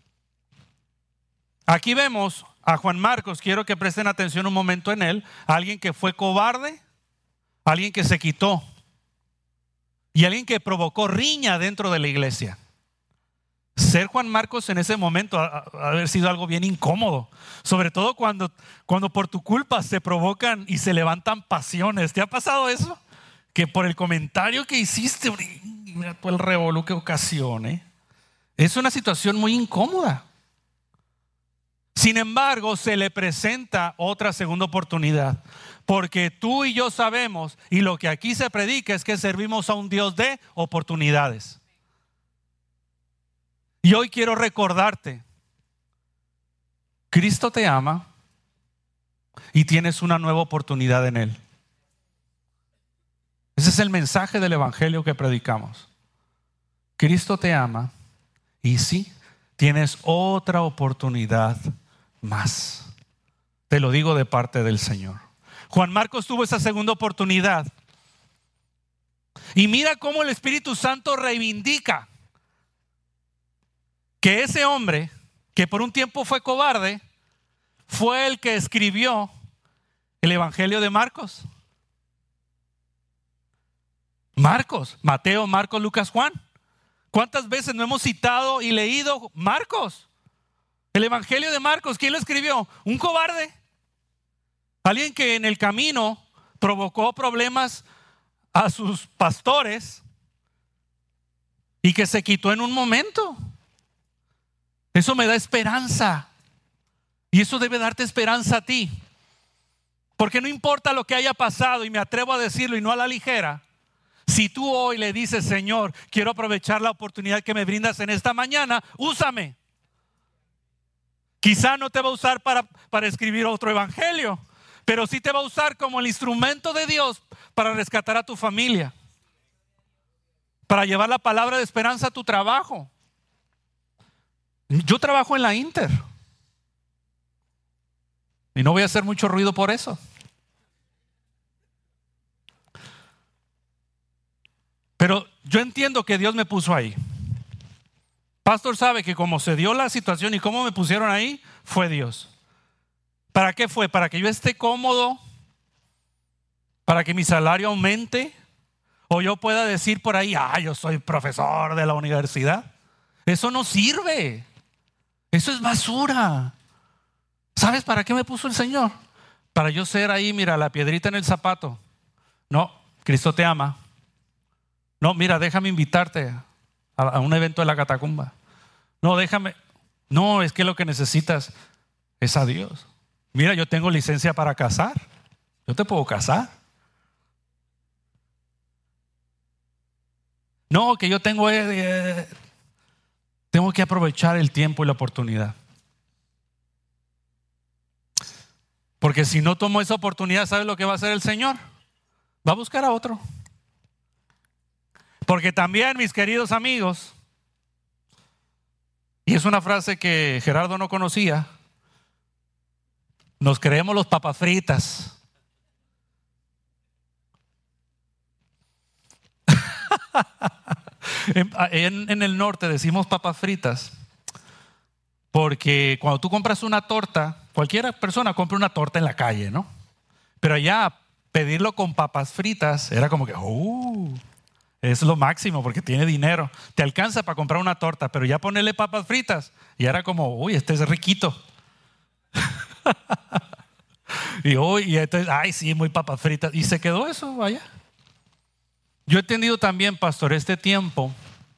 Aquí vemos a Juan Marcos, quiero que presten atención un momento en él, alguien que fue cobarde, alguien que se quitó y alguien que provocó riña dentro de la iglesia. Ser Juan Marcos en ese momento haber sido algo bien incómodo, sobre todo cuando por tu culpa se provocan y se levantan pasiones. ¿Te ha pasado eso? Que por el comentario que hiciste, mira todo el revolú que ocasione. Es una situación muy incómoda. Sin embargo, se le presenta otra segunda oportunidad, porque tú y yo sabemos, y lo que aquí se predica es que servimos a un Dios de oportunidades. Y hoy quiero recordarte, Cristo te ama y tienes una nueva oportunidad en Él. Ese es el mensaje del evangelio que predicamos. Cristo te ama y sí, tienes otra oportunidad más. Te lo digo de parte del Señor. Juan Marcos tuvo esa segunda oportunidad. Y mira cómo el Espíritu Santo reivindica que ese hombre, que por un tiempo fue cobarde, fue el que escribió el Evangelio de Marcos. Marcos, Mateo, Marcos, Lucas, Juan. ¿Cuántas veces no hemos citado y leído Marcos? El Evangelio de Marcos, ¿quién lo escribió? Un cobarde. Alguien que en el camino provocó problemas a sus pastores y que se quitó en un momento. Eso me da esperanza. Y eso debe darte esperanza a ti. Porque no importa lo que haya pasado, y me atrevo a decirlo y no a la ligera, si tú hoy le dices: Señor, quiero aprovechar la oportunidad que me brindas en esta mañana, úsame. Quizá no te va a usar para escribir otro evangelio, pero sí te va a usar como el instrumento de Dios para rescatar a tu familia, para llevar la palabra de esperanza a tu trabajo. Yo trabajo en la Inter y no voy a hacer mucho ruido por eso. Pero yo entiendo que Dios me puso ahí. Pastor sabe que como se dio la situación y cómo me pusieron ahí, fue Dios. ¿Para qué fue? Para que yo esté cómodo, para que mi salario aumente, o yo pueda decir por ahí: yo soy profesor de la universidad. Eso no sirve. Eso es basura. ¿Sabes para qué me puso el Señor? Para yo ser ahí, mira, la piedrita en el zapato. No, Cristo te ama. No, mira, déjame invitarte a un evento de la catacumba. No, déjame. No, es que lo que necesitas es a Dios. Mira, yo tengo licencia para casar. Yo te puedo casar. No, que yo tengo que aprovechar el tiempo y la oportunidad. Porque si no tomo esa oportunidad, ¿sabes lo que va a hacer el Señor? Va a buscar a otro. Porque también, mis queridos amigos, y es una frase que Gerardo no conocía, nos creemos los papas fritas. En el norte decimos papas fritas porque cuando tú compras una torta, cualquier persona compra una torta en la calle, ¿no? Pero allá pedirlo con papas fritas era como que es lo máximo porque tiene dinero. Te alcanza para comprar una torta, pero ya ponerle papas fritas y era como, este es riquito. y entonces, sí, muy papas fritas. Y se quedó eso allá. Yo he entendido también, pastor, este tiempo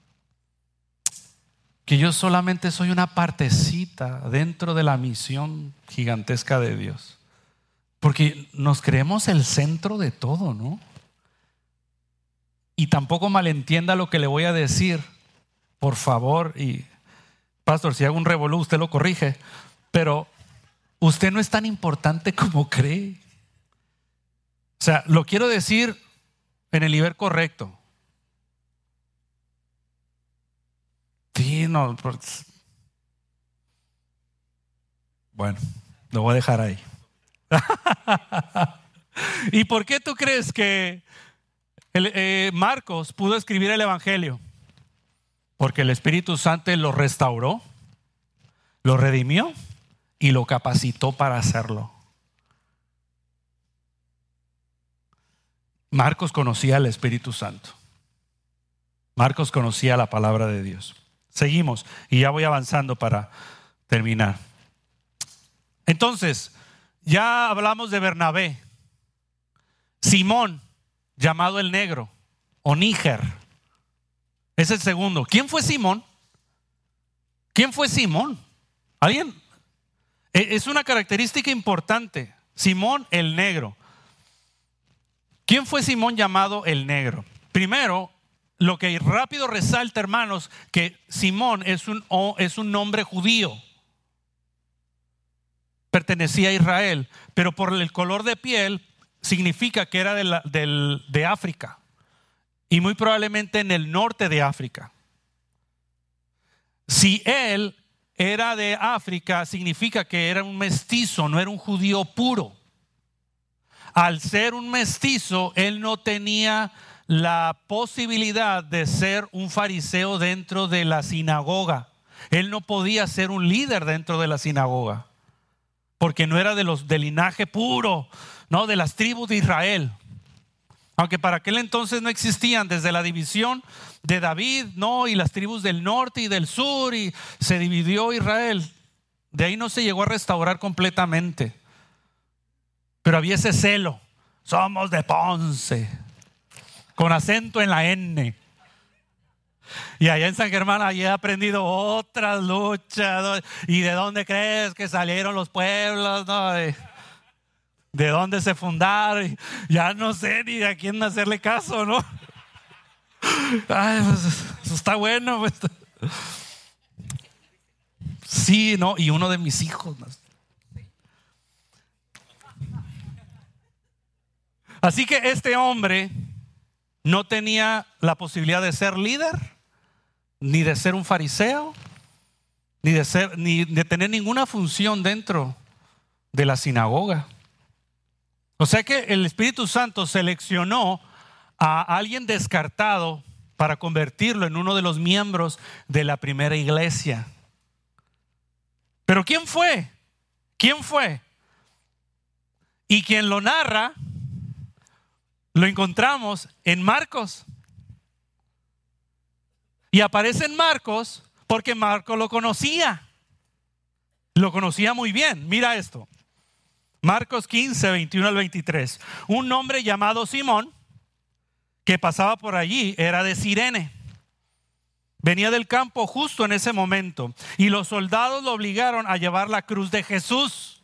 que yo solamente soy una partecita dentro de la misión gigantesca de Dios. Porque nos creemos el centro de todo, ¿no? Y tampoco malentienda lo que le voy a decir, por favor. Y pastor, si hago un revolú, usted lo corrige. Pero usted no es tan importante como cree. O sea, lo quiero decir en el nivel correcto. Sí, no. Bueno, lo voy a dejar ahí. ¿Y por qué tú crees que Marcos pudo escribir el evangelio? Porque el Espíritu Santo lo restauró, lo redimió y lo capacitó para hacerlo. Marcos conocía al Espíritu Santo. Marcos conocía la palabra de Dios. Seguimos y ya voy avanzando para terminar. Entonces, ya hablamos de Bernabé. Simón, llamado el Negro, o Níger, es el segundo. ¿Quién fue Simón? ¿Quién fue Simón? ¿Alguien? Es una característica importante. Simón el Negro. ¿Quién fue Simón llamado el Negro? Primero, lo que rápido resalta, hermanos, que Simón es un nombre judío. Pertenecía a Israel, pero por el color de piel significa que era de África, y muy probablemente en el norte de África. Si él era de África, significa que era un mestizo, no era un judío puro. Al ser un mestizo, él no tenía la posibilidad de ser un fariseo dentro de la sinagoga. Él no podía ser un líder dentro de la sinagoga, porque no era del linaje puro, no, de las tribus de Israel. Aunque para aquel entonces no existían, desde la división de David, no, y las tribus del norte y del sur, y se dividió Israel. De ahí no se llegó a restaurar completamente, pero había ese celo. Somos de Ponce, con acento en la N. Y allá en San Germán, allí he aprendido otras luchas, ¿no? ¿Y de dónde crees que salieron los pueblos, no? ¿De dónde se fundaron? Ya no sé ni a quién hacerle caso, ¿no? Ay, pues, eso está bueno, pues. Sí, no, y uno de mis hijos. Así que este hombre no tenía la posibilidad de ser líder, ni de ser un fariseo, ni de tener ninguna función dentro de la sinagoga. O sea que el Espíritu Santo seleccionó a alguien descartado para convertirlo en uno de los miembros de la primera iglesia. Pero ¿quién fue? ¿Quién fue? Y quien lo narra, lo encontramos en Marcos. Y aparece en Marcos porque Marcos lo conocía. Lo conocía muy bien. Mira esto. Marcos 15, 21 al 23. Un hombre llamado Simón, que pasaba por allí, era de Cirene. Venía del campo justo en ese momento, y los soldados lo obligaron a llevar la cruz de Jesús.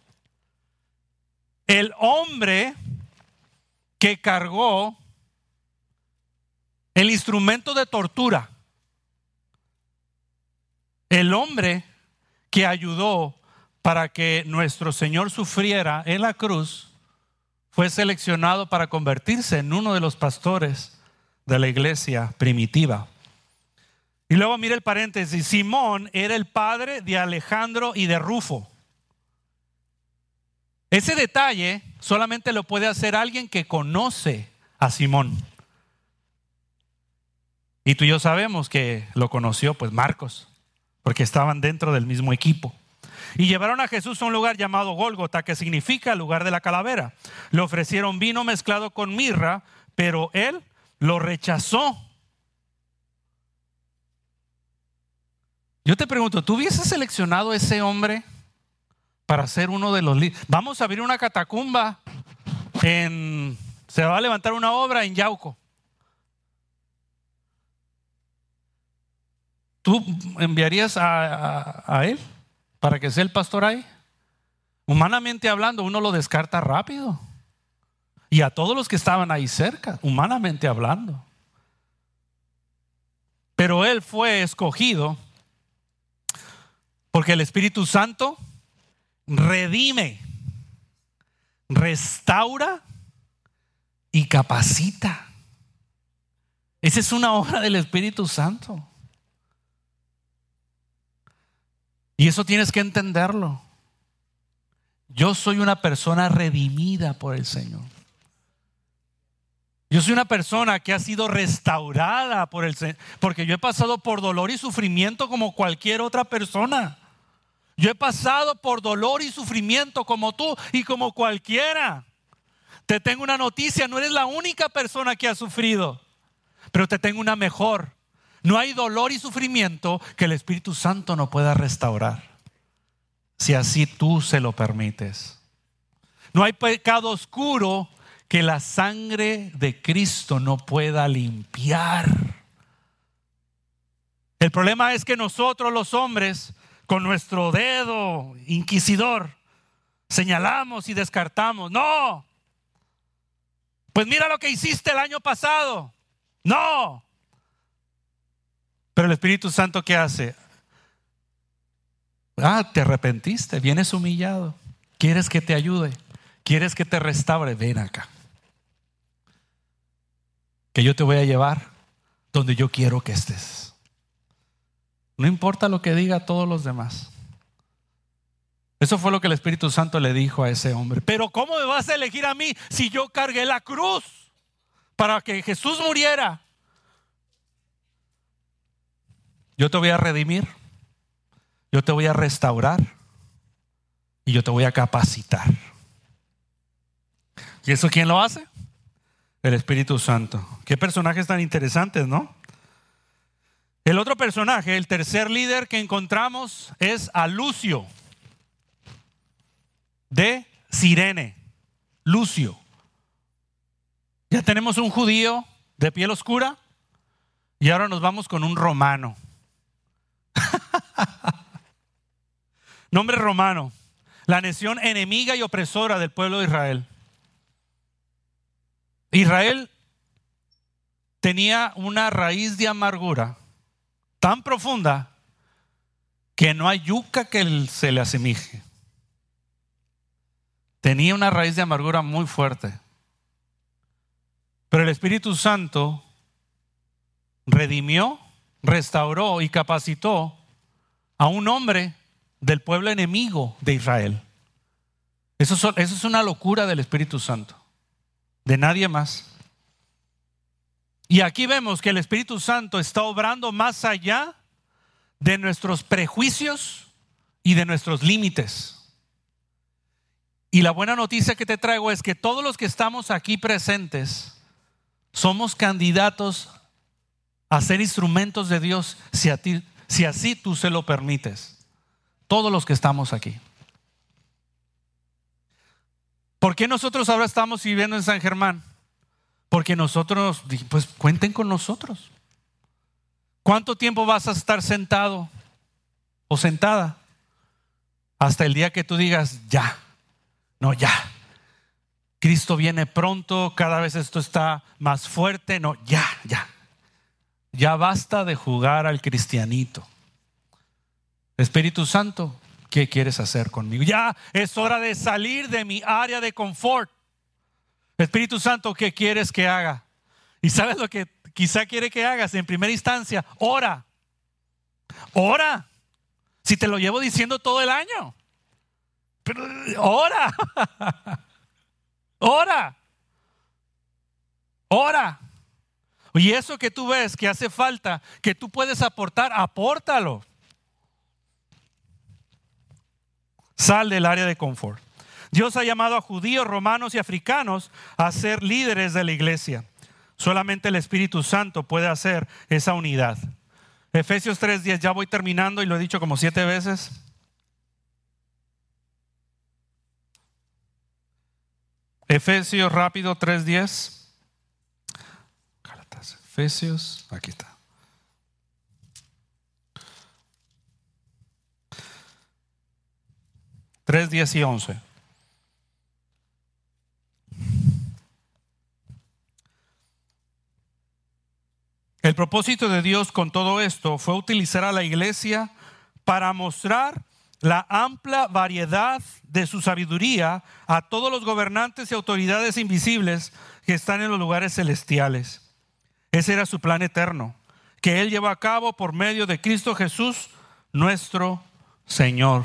El hombre que cargó el instrumento de tortura. El hombre que ayudó para que nuestro Señor sufriera en la cruz, fue seleccionado para convertirse en uno de los pastores de la iglesia primitiva. Y luego mira el paréntesis. Simón era el padre de Alejandro y de Rufo. Ese detalle solamente lo puede hacer alguien que conoce a Simón. Y tú y yo sabemos que lo conoció pues Marcos, porque estaban dentro del mismo equipo. Y llevaron a Jesús a un lugar llamado Gólgota, que significa lugar de la calavera. Le ofrecieron vino mezclado con mirra, pero él lo rechazó. Yo te pregunto, ¿tú hubieses seleccionado a ese hombre para ser uno de los líderes? Vamos a abrir una catacumba se va a levantar una obra en Yauco. ¿Tú enviarías a él para que sea el pastor ahí? Humanamente hablando, uno lo descarta rápido. Y a todos los que estaban ahí cerca, humanamente hablando. Pero él fue escogido porque el Espíritu Santo redime, restaura y capacita. Esa es una obra del Espíritu Santo. Y eso tienes que entenderlo. Yo soy una persona redimida por el Señor. Yo soy una persona que ha sido restaurada por el Señor, porque yo he pasado por dolor y sufrimiento como cualquier otra persona. Yo he pasado por dolor y sufrimiento como tú y como cualquiera. Te tengo una noticia, no eres la única persona que ha sufrido, pero te tengo una mejor. No hay dolor y sufrimiento que el Espíritu Santo no pueda restaurar, si así tú se lo permites. No hay pecado oscuro que la sangre de Cristo no pueda limpiar. El problema es que nosotros los hombres, con nuestro dedo inquisidor, señalamos y descartamos. No, pues mira lo que hiciste el año pasado. No. Pero el Espíritu Santo, ¿qué hace? Te arrepentiste, vienes humillado. ¿Quieres que te ayude? ¿Quieres que te restaure? Ven acá, que yo te voy a llevar donde yo quiero que estés. No importa lo que diga todos los demás. Eso fue lo que el Espíritu Santo le dijo a ese hombre. Pero ¿cómo me vas a elegir a mí si yo cargué la cruz para que Jesús muriera? Yo te voy a redimir, yo te voy a restaurar y yo te voy a capacitar. ¿Y eso quién lo hace? El Espíritu Santo. Qué personajes tan interesantes, ¿no? El otro personaje, el tercer líder que encontramos, es a Lucio de Cirene. Lucio. Ya tenemos un judío de piel oscura y ahora nos vamos con un romano. Nombre romano, la nación enemiga y opresora del pueblo de Israel. Israel tenía una raíz de amargura tan profunda que no hay yuca que se le asemeje. Tenía una raíz de amargura muy fuerte. Pero el Espíritu Santo redimió, restauró y capacitó a un hombre del pueblo enemigo de Israel. Eso es una locura del Espíritu Santo, de nadie más. Y aquí vemos que el Espíritu Santo está obrando más allá de nuestros prejuicios y de nuestros límites. Y la buena noticia que te traigo es que todos los que estamos aquí presentes somos candidatos a ser instrumentos de Dios si así tú se lo permites. Todos los que estamos aquí. ¿Por qué nosotros ahora estamos viviendo en San Germán? Porque nosotros, pues cuenten con nosotros. ¿Cuánto tiempo vas a estar sentado o sentada? Hasta el día que tú digas, ya. No, ya. Cristo viene pronto, cada vez esto está más fuerte. No, ya. Ya basta de jugar al cristianito. Espíritu Santo, ¿qué quieres hacer conmigo? Ya es hora de salir de mi área de confort. Espíritu Santo, ¿qué quieres que haga? ¿Y sabes lo que quizá quiere que hagas? En primera instancia, ora. Si te lo llevo diciendo todo el año. Pero ora. Ora. Y eso que tú ves que hace falta, que tú puedes aportar, apórtalo. Sal del área de confort. Dios ha llamado a judíos, romanos y africanos a ser líderes de la iglesia. Solamente el Espíritu Santo puede hacer esa unidad. Efesios 3:10, ya voy terminando y lo he dicho como 7 veces. Efesios rápido 3:10. Efesios, aquí está. 3:10 y 11. El propósito de Dios con todo esto fue utilizar a la iglesia para mostrar la amplia variedad de su sabiduría a todos los gobernantes y autoridades invisibles que están en los lugares celestiales. Ese era su plan eterno, que Él llevó a cabo por medio de Cristo Jesús, nuestro Señor.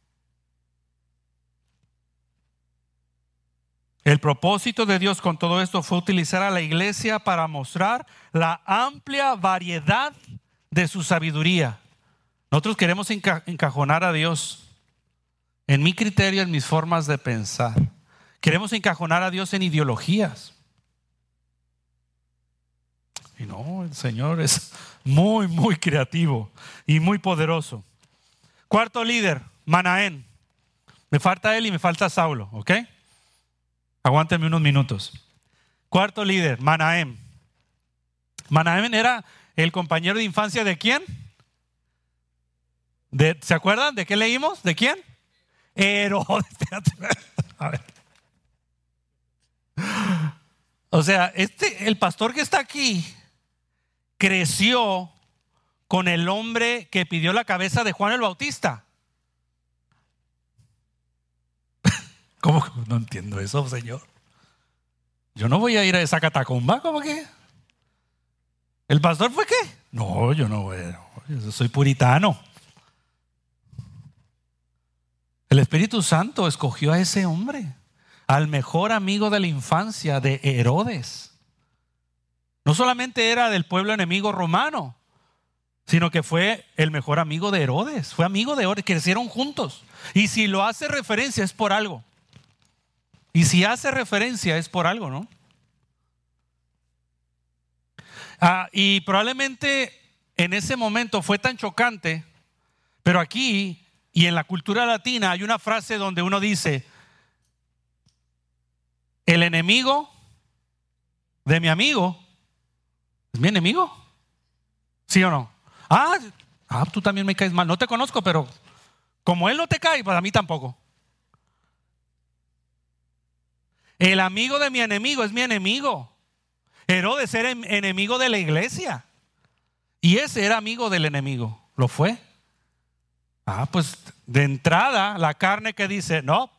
El propósito de Dios con todo esto fue utilizar a la iglesia para mostrar la amplia variedad de su sabiduría. Nosotros queremos encajonar a Dios en mi criterio, en mis formas de pensar. Queremos encajonar a Dios en ideologías. Y no, el Señor es muy, muy creativo y muy poderoso. Cuarto líder, Manaén. Me falta él y me falta Saulo, ¿ok? Aguántenme unos minutos. Cuarto líder, Manaén. Manaén era el compañero de infancia ¿de quién? ¿Se acuerdan? ¿De qué leímos? ¿De quién? Herodes. A ver. O sea, el pastor que está aquí creció con el hombre que pidió la cabeza de Juan el Bautista. ¿Cómo? No entiendo eso, Señor. Yo no voy a ir a esa catacumba, ¿cómo que? ¿El pastor fue qué? No, yo no voy. Yo soy puritano. El Espíritu Santo escogió a ese hombre, al mejor amigo de la infancia de Herodes. No solamente era del pueblo enemigo romano, sino que fue el mejor amigo de Herodes. Fue amigo de Herodes, crecieron juntos. Y si lo hace referencia es por algo. Y si hace referencia es por algo, ¿no? Y probablemente en ese momento fue tan chocante, pero aquí y en la cultura latina hay una frase donde uno dice: el enemigo de mi amigo es mi enemigo. ¿Sí o no? Tú también me caes mal. No te conozco, pero como él no te cae, pues a mí tampoco. El amigo de mi enemigo es mi enemigo. Herodes era enemigo de la iglesia. Y ese era amigo del enemigo. ¿Lo fue? Pues de entrada la carne que dice no.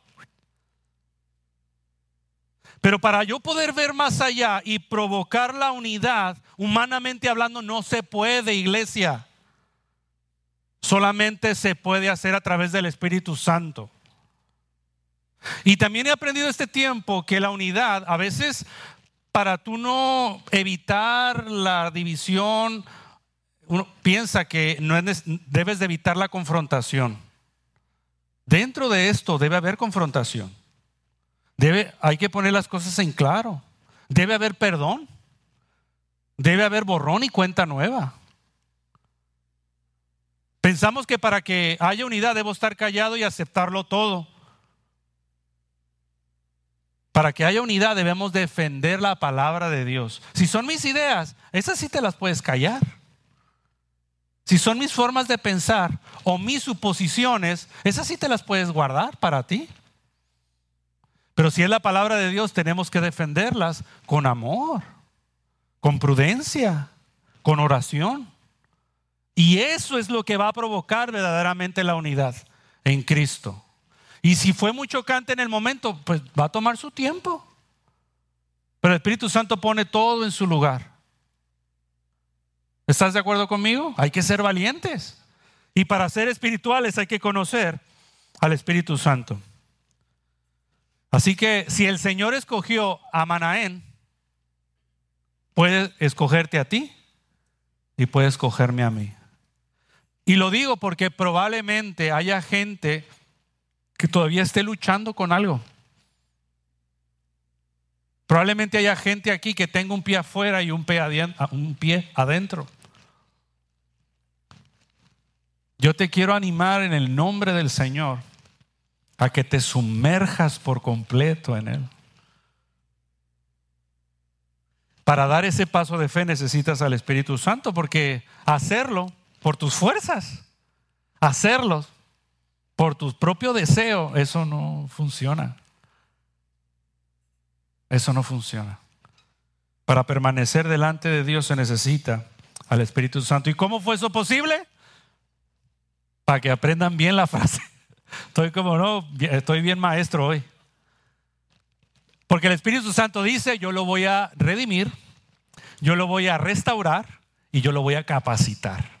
Pero para yo poder ver más allá y provocar la unidad, humanamente hablando, no se puede, iglesia. Solamente se puede hacer a través del Espíritu Santo. Y también he aprendido este tiempo que la unidad, a veces para tú no evitar la división, uno piensa que debes de evitar la confrontación. Dentro de esto debe haber confrontación. Hay que poner las cosas en claro. Debe haber perdón. Debe haber borrón y cuenta nueva. Pensamos que para que haya unidad debo estar callado y aceptarlo todo. Para que haya unidad debemos defender la palabra de Dios. Si son mis ideas, esas sí te las puedes callar. Si son mis formas de pensar o mis suposiciones, esas sí te las puedes guardar para ti. Pero si es la palabra de Dios, tenemos que defenderlas con amor, con prudencia, con oración. Y eso es lo que va a provocar verdaderamente la unidad en Cristo. Y si fue muy chocante en el momento, pues va a tomar su tiempo. Pero el Espíritu Santo pone todo en su lugar. ¿Estás de acuerdo conmigo? Hay que ser valientes. Y para ser espirituales hay que conocer al Espíritu Santo. Así que si el Señor escogió a Manaén, puede escogerte a ti y puede escogerme a mí. Y lo digo porque probablemente haya gente que todavía esté luchando con algo. Probablemente haya gente aquí que tenga un pie afuera y un pie adentro. Yo te quiero animar en el nombre del Señor a que te sumerjas por completo en Él. Para dar ese paso de fe necesitas al Espíritu Santo, porque hacerlo por tus fuerzas, hacerlo por tu propio deseo, eso no funciona. Eso no funciona. Para permanecer delante de Dios se necesita al Espíritu Santo. ¿Y cómo fue eso posible? Para que aprendan bien la frase. Estoy bien maestro hoy. Porque el Espíritu Santo dice: yo lo voy a redimir, yo lo voy a restaurar y yo lo voy a capacitar.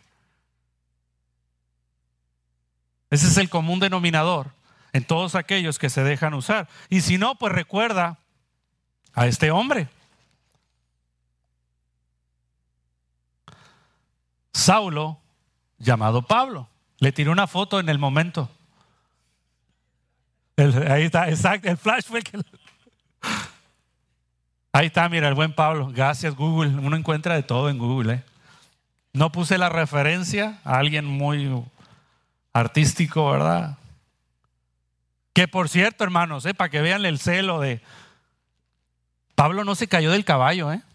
Ese es el común denominador en todos aquellos que se dejan usar. Y si no, pues recuerda a este hombre. Saulo, llamado Pablo. Le tiré una foto en el momento. Ahí está, exacto, el flash fue el que... Ahí está, mira, el buen Pablo. Gracias, Google. Uno encuentra de todo en Google, ¿eh? No puse la referencia a alguien muy artístico, ¿verdad? Que por cierto, hermanos, para que vean el celo de Pablo, no se cayó del caballo, ¿eh?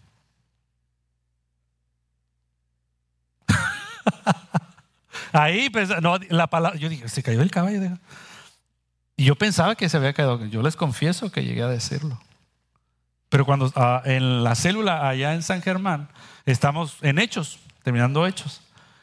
Ahí, pues, no, la palabra, yo dije, se cayó del caballo. Y yo pensaba que se había caído. Yo les confieso que llegué a decirlo. Pero cuando en la célula allá en San Germán, estamos en Hechos, terminando Hechos.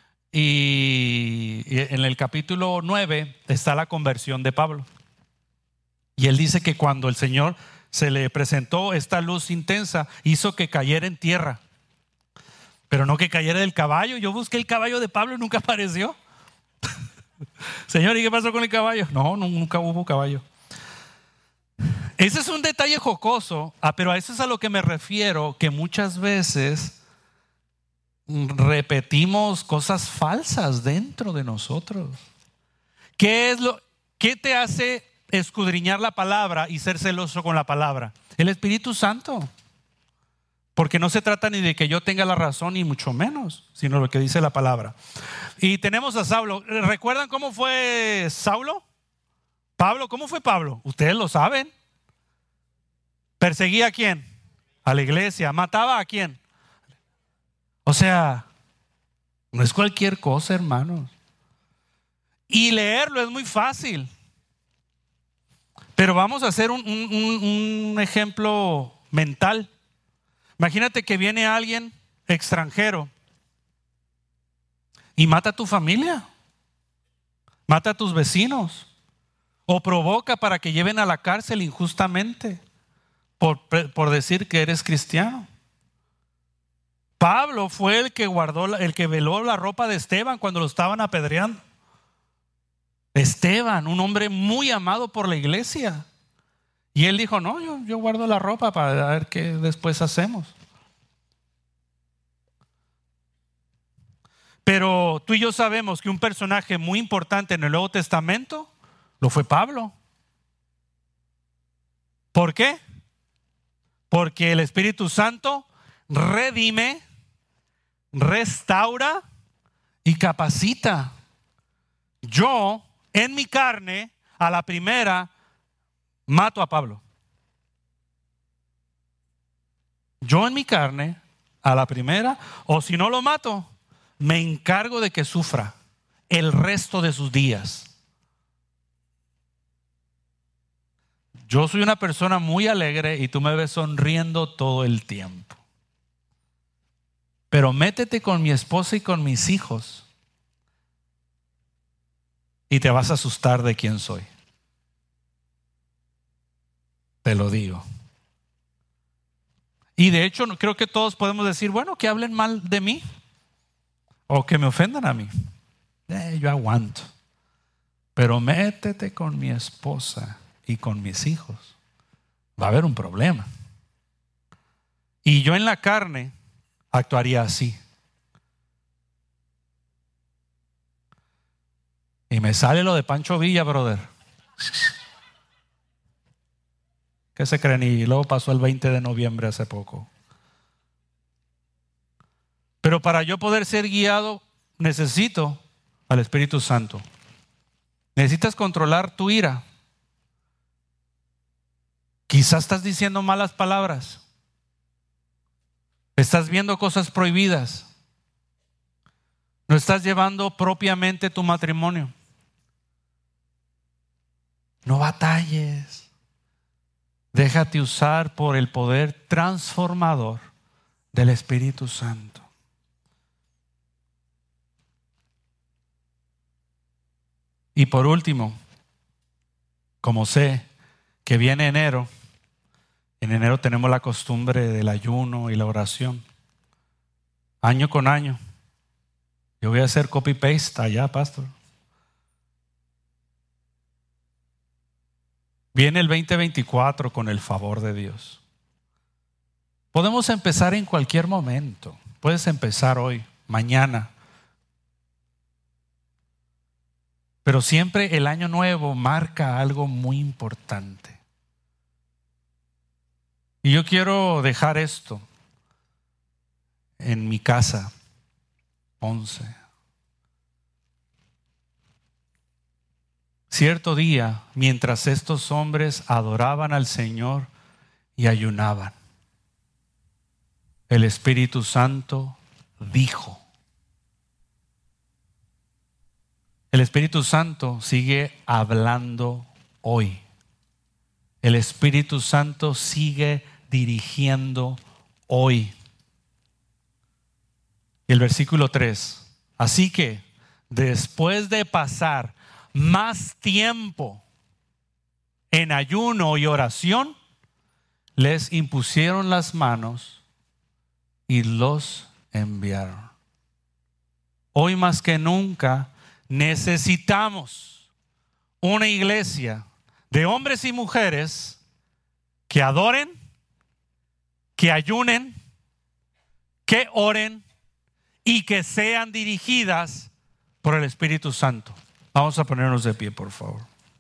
Y en el capítulo 9 está la conversión de Pablo. Y él dice que cuando el Señor se le presentó esta luz intensa, hizo que cayera en tierra. Pero no que cayera del caballo. Yo busqué el caballo de Pablo y nunca apareció. Señor, ¿y qué pasó con el caballo? No, nunca hubo caballo. Ese es un detalle jocoso, pero a eso es a lo que me refiero, que muchas veces repetimos cosas falsas dentro de nosotros. ¿Qué te hace escudriñar la palabra y ser celoso con la palabra? El Espíritu Santo. Porque no se trata ni de que yo tenga la razón, ni mucho menos, sino lo que dice la palabra. Y tenemos a Saulo. ¿Recuerdan cómo fue Saulo? Pablo, ¿cómo fue Pablo? Ustedes lo saben. ¿Perseguía a quién? A la iglesia. ¿Mataba a quién? O sea, no es cualquier cosa, hermanos. Y leerlo es muy fácil. Pero vamos a hacer un ejemplo mental. Imagínate que viene alguien extranjero y mata a tu familia, mata a tus vecinos o provoca para que lleven a la cárcel injustamente por decir que eres cristiano. Pablo fue el que veló la ropa de Esteban cuando lo estaban apedreando. Esteban, un hombre muy amado por la iglesia. Y él dijo, no, yo guardo la ropa para ver qué después hacemos. Pero tú y yo sabemos que un personaje muy importante en el Nuevo Testamento lo fue Pablo. ¿Por qué? Porque el Espíritu Santo redime, restaura y capacita. Yo, en mi carne, a la primera, mato a Pablo. Yo en mi carne, a la primera, o si no lo mato, me encargo de que sufra el resto de sus días. Yo soy una persona muy alegre y tú me ves sonriendo todo el tiempo. Pero métete con mi esposa y con mis hijos y te vas a asustar de quién soy. Te lo digo. Y de hecho creo que todos podemos decir, bueno, que hablen mal de mí o que me ofendan a mí. Yo aguanto. Pero métete con mi esposa y con mis hijos. Va a haber un problema. Y yo en la carne actuaría así. Y me sale lo de Pancho Villa, brother. ¿Qué se creen? Y luego pasó el 20 de noviembre hace poco. Pero para yo poder ser guiado, necesito al Espíritu Santo. Necesitas controlar tu ira. Quizás estás diciendo malas palabras. Estás viendo cosas prohibidas. No estás llevando propiamente tu matrimonio. No batalles. Déjate usar por el poder transformador del Espíritu Santo. Y por último, como sé que viene enero, en enero tenemos la costumbre del ayuno y la oración. Año con año. Yo voy a hacer copy-paste allá, pastor. Viene el 2024 con el favor de Dios. Podemos empezar en cualquier momento. Puedes empezar hoy, mañana. Pero siempre el año nuevo marca algo muy importante. Y yo quiero dejar esto en mi casa, Ponce. Cierto día, mientras estos hombres adoraban al Señor y ayunaban, el Espíritu Santo dijo. El Espíritu Santo sigue hablando hoy. El Espíritu Santo sigue dirigiendo hoy. Y el versículo 3. Así que después de pasar más tiempo en ayuno y oración, les impusieron las manos y los enviaron. Hoy más que nunca necesitamos una iglesia de hombres y mujeres que adoren, que ayunen, que oren y que sean dirigidas por el Espíritu Santo. Vamos a ponernos de pie, por favor.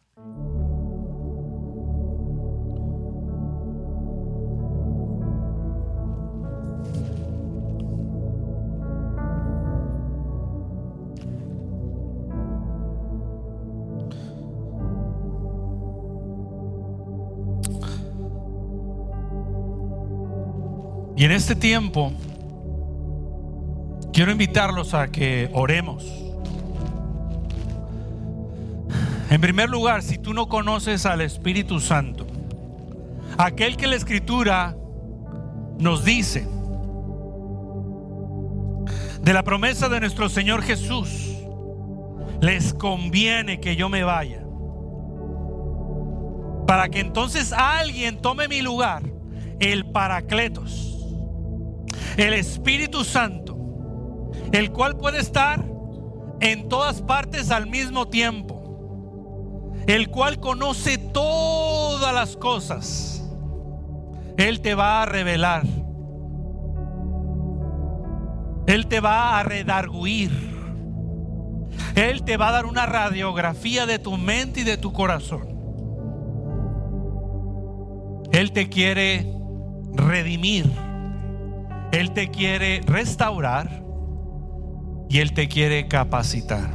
Y en este tiempo quiero invitarlos a que oremos. En primer lugar, si tú no conoces al Espíritu Santo, aquel que la Escritura nos dice de la promesa de nuestro Señor Jesús, les conviene que yo me vaya, para que entonces alguien tome mi lugar, el Paracletos, el Espíritu Santo, el cual puede estar en todas partes al mismo tiempo, el cual conoce todas las cosas. Él te va a revelar, Él te va a redarguir, Él te va a dar una radiografía de tu mente y de tu corazón. Él te quiere redimir, Él te quiere restaurar y Él te quiere capacitar.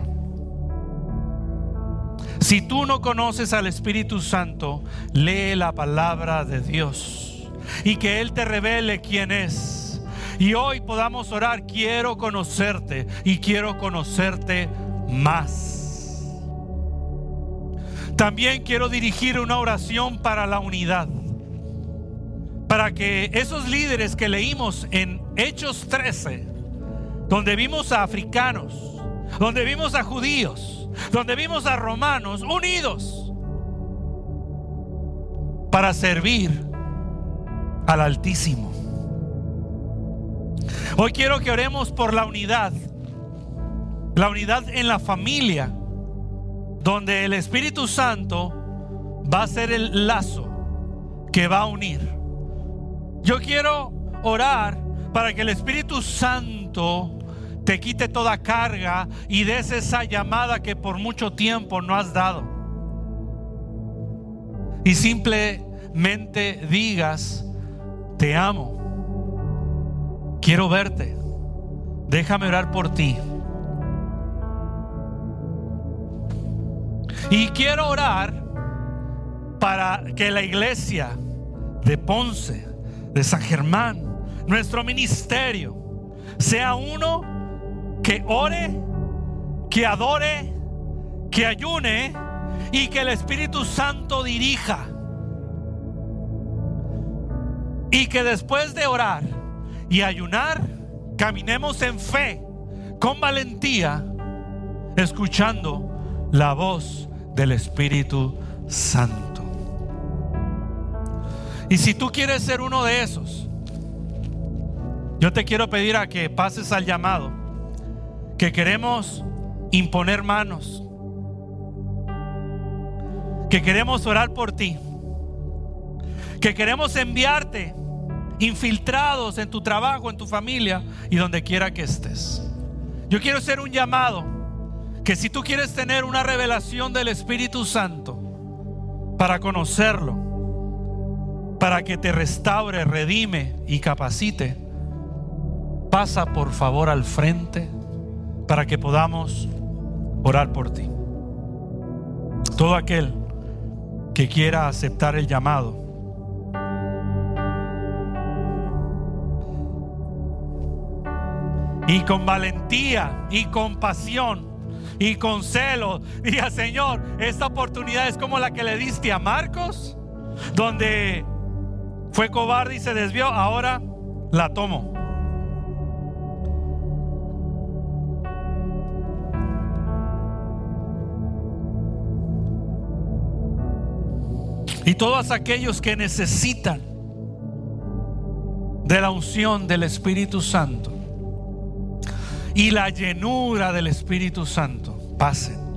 Si tú no conoces al Espíritu Santo, lee la palabra de Dios y que Él te revele quién es. Y hoy podamos orar: quiero conocerte y quiero conocerte más. También quiero dirigir una oración para la unidad, para que esos líderes que leímos en Hechos 13, donde vimos a africanos, donde vimos a judíos, donde vimos a romanos unidos para servir al Altísimo. Hoy quiero que oremos por la unidad en la familia, donde el Espíritu Santo va a ser el lazo que va a unir. Yo quiero orar para que el Espíritu Santo te quite toda carga y des esa llamada que por mucho tiempo no has dado. Y simplemente digas: te amo, quiero verte, déjame orar por ti. Y quiero orar para que la iglesia de Ponce, de San Germán, nuestro ministerio, sea uno que ore, que adore, que ayune y que el Espíritu Santo dirija. Y que después de orar y ayunar, caminemos en fe, con valentía, escuchando la voz del Espíritu Santo. Y si tú quieres ser uno de esos, yo te quiero pedir a que pases al llamado, que queremos imponer manos, que queremos orar por ti, que queremos enviarte infiltrados en tu trabajo, en tu familia y donde quiera que estés. Yo quiero hacer un llamado, que si tú quieres tener una revelación del Espíritu Santo para conocerlo, para que te restaure, redime y capacite, pasa por favor al frente para que podamos orar por ti. Todo aquel que quiera aceptar el llamado, y con valentía y con pasión y con celo diga: Señor, esta oportunidad es como la que le diste a Marcos, donde fue cobarde y se desvió, ahora la tomo. Y todos aquellos que necesitan de la unción del Espíritu Santo y la llenura del Espíritu Santo, pasen.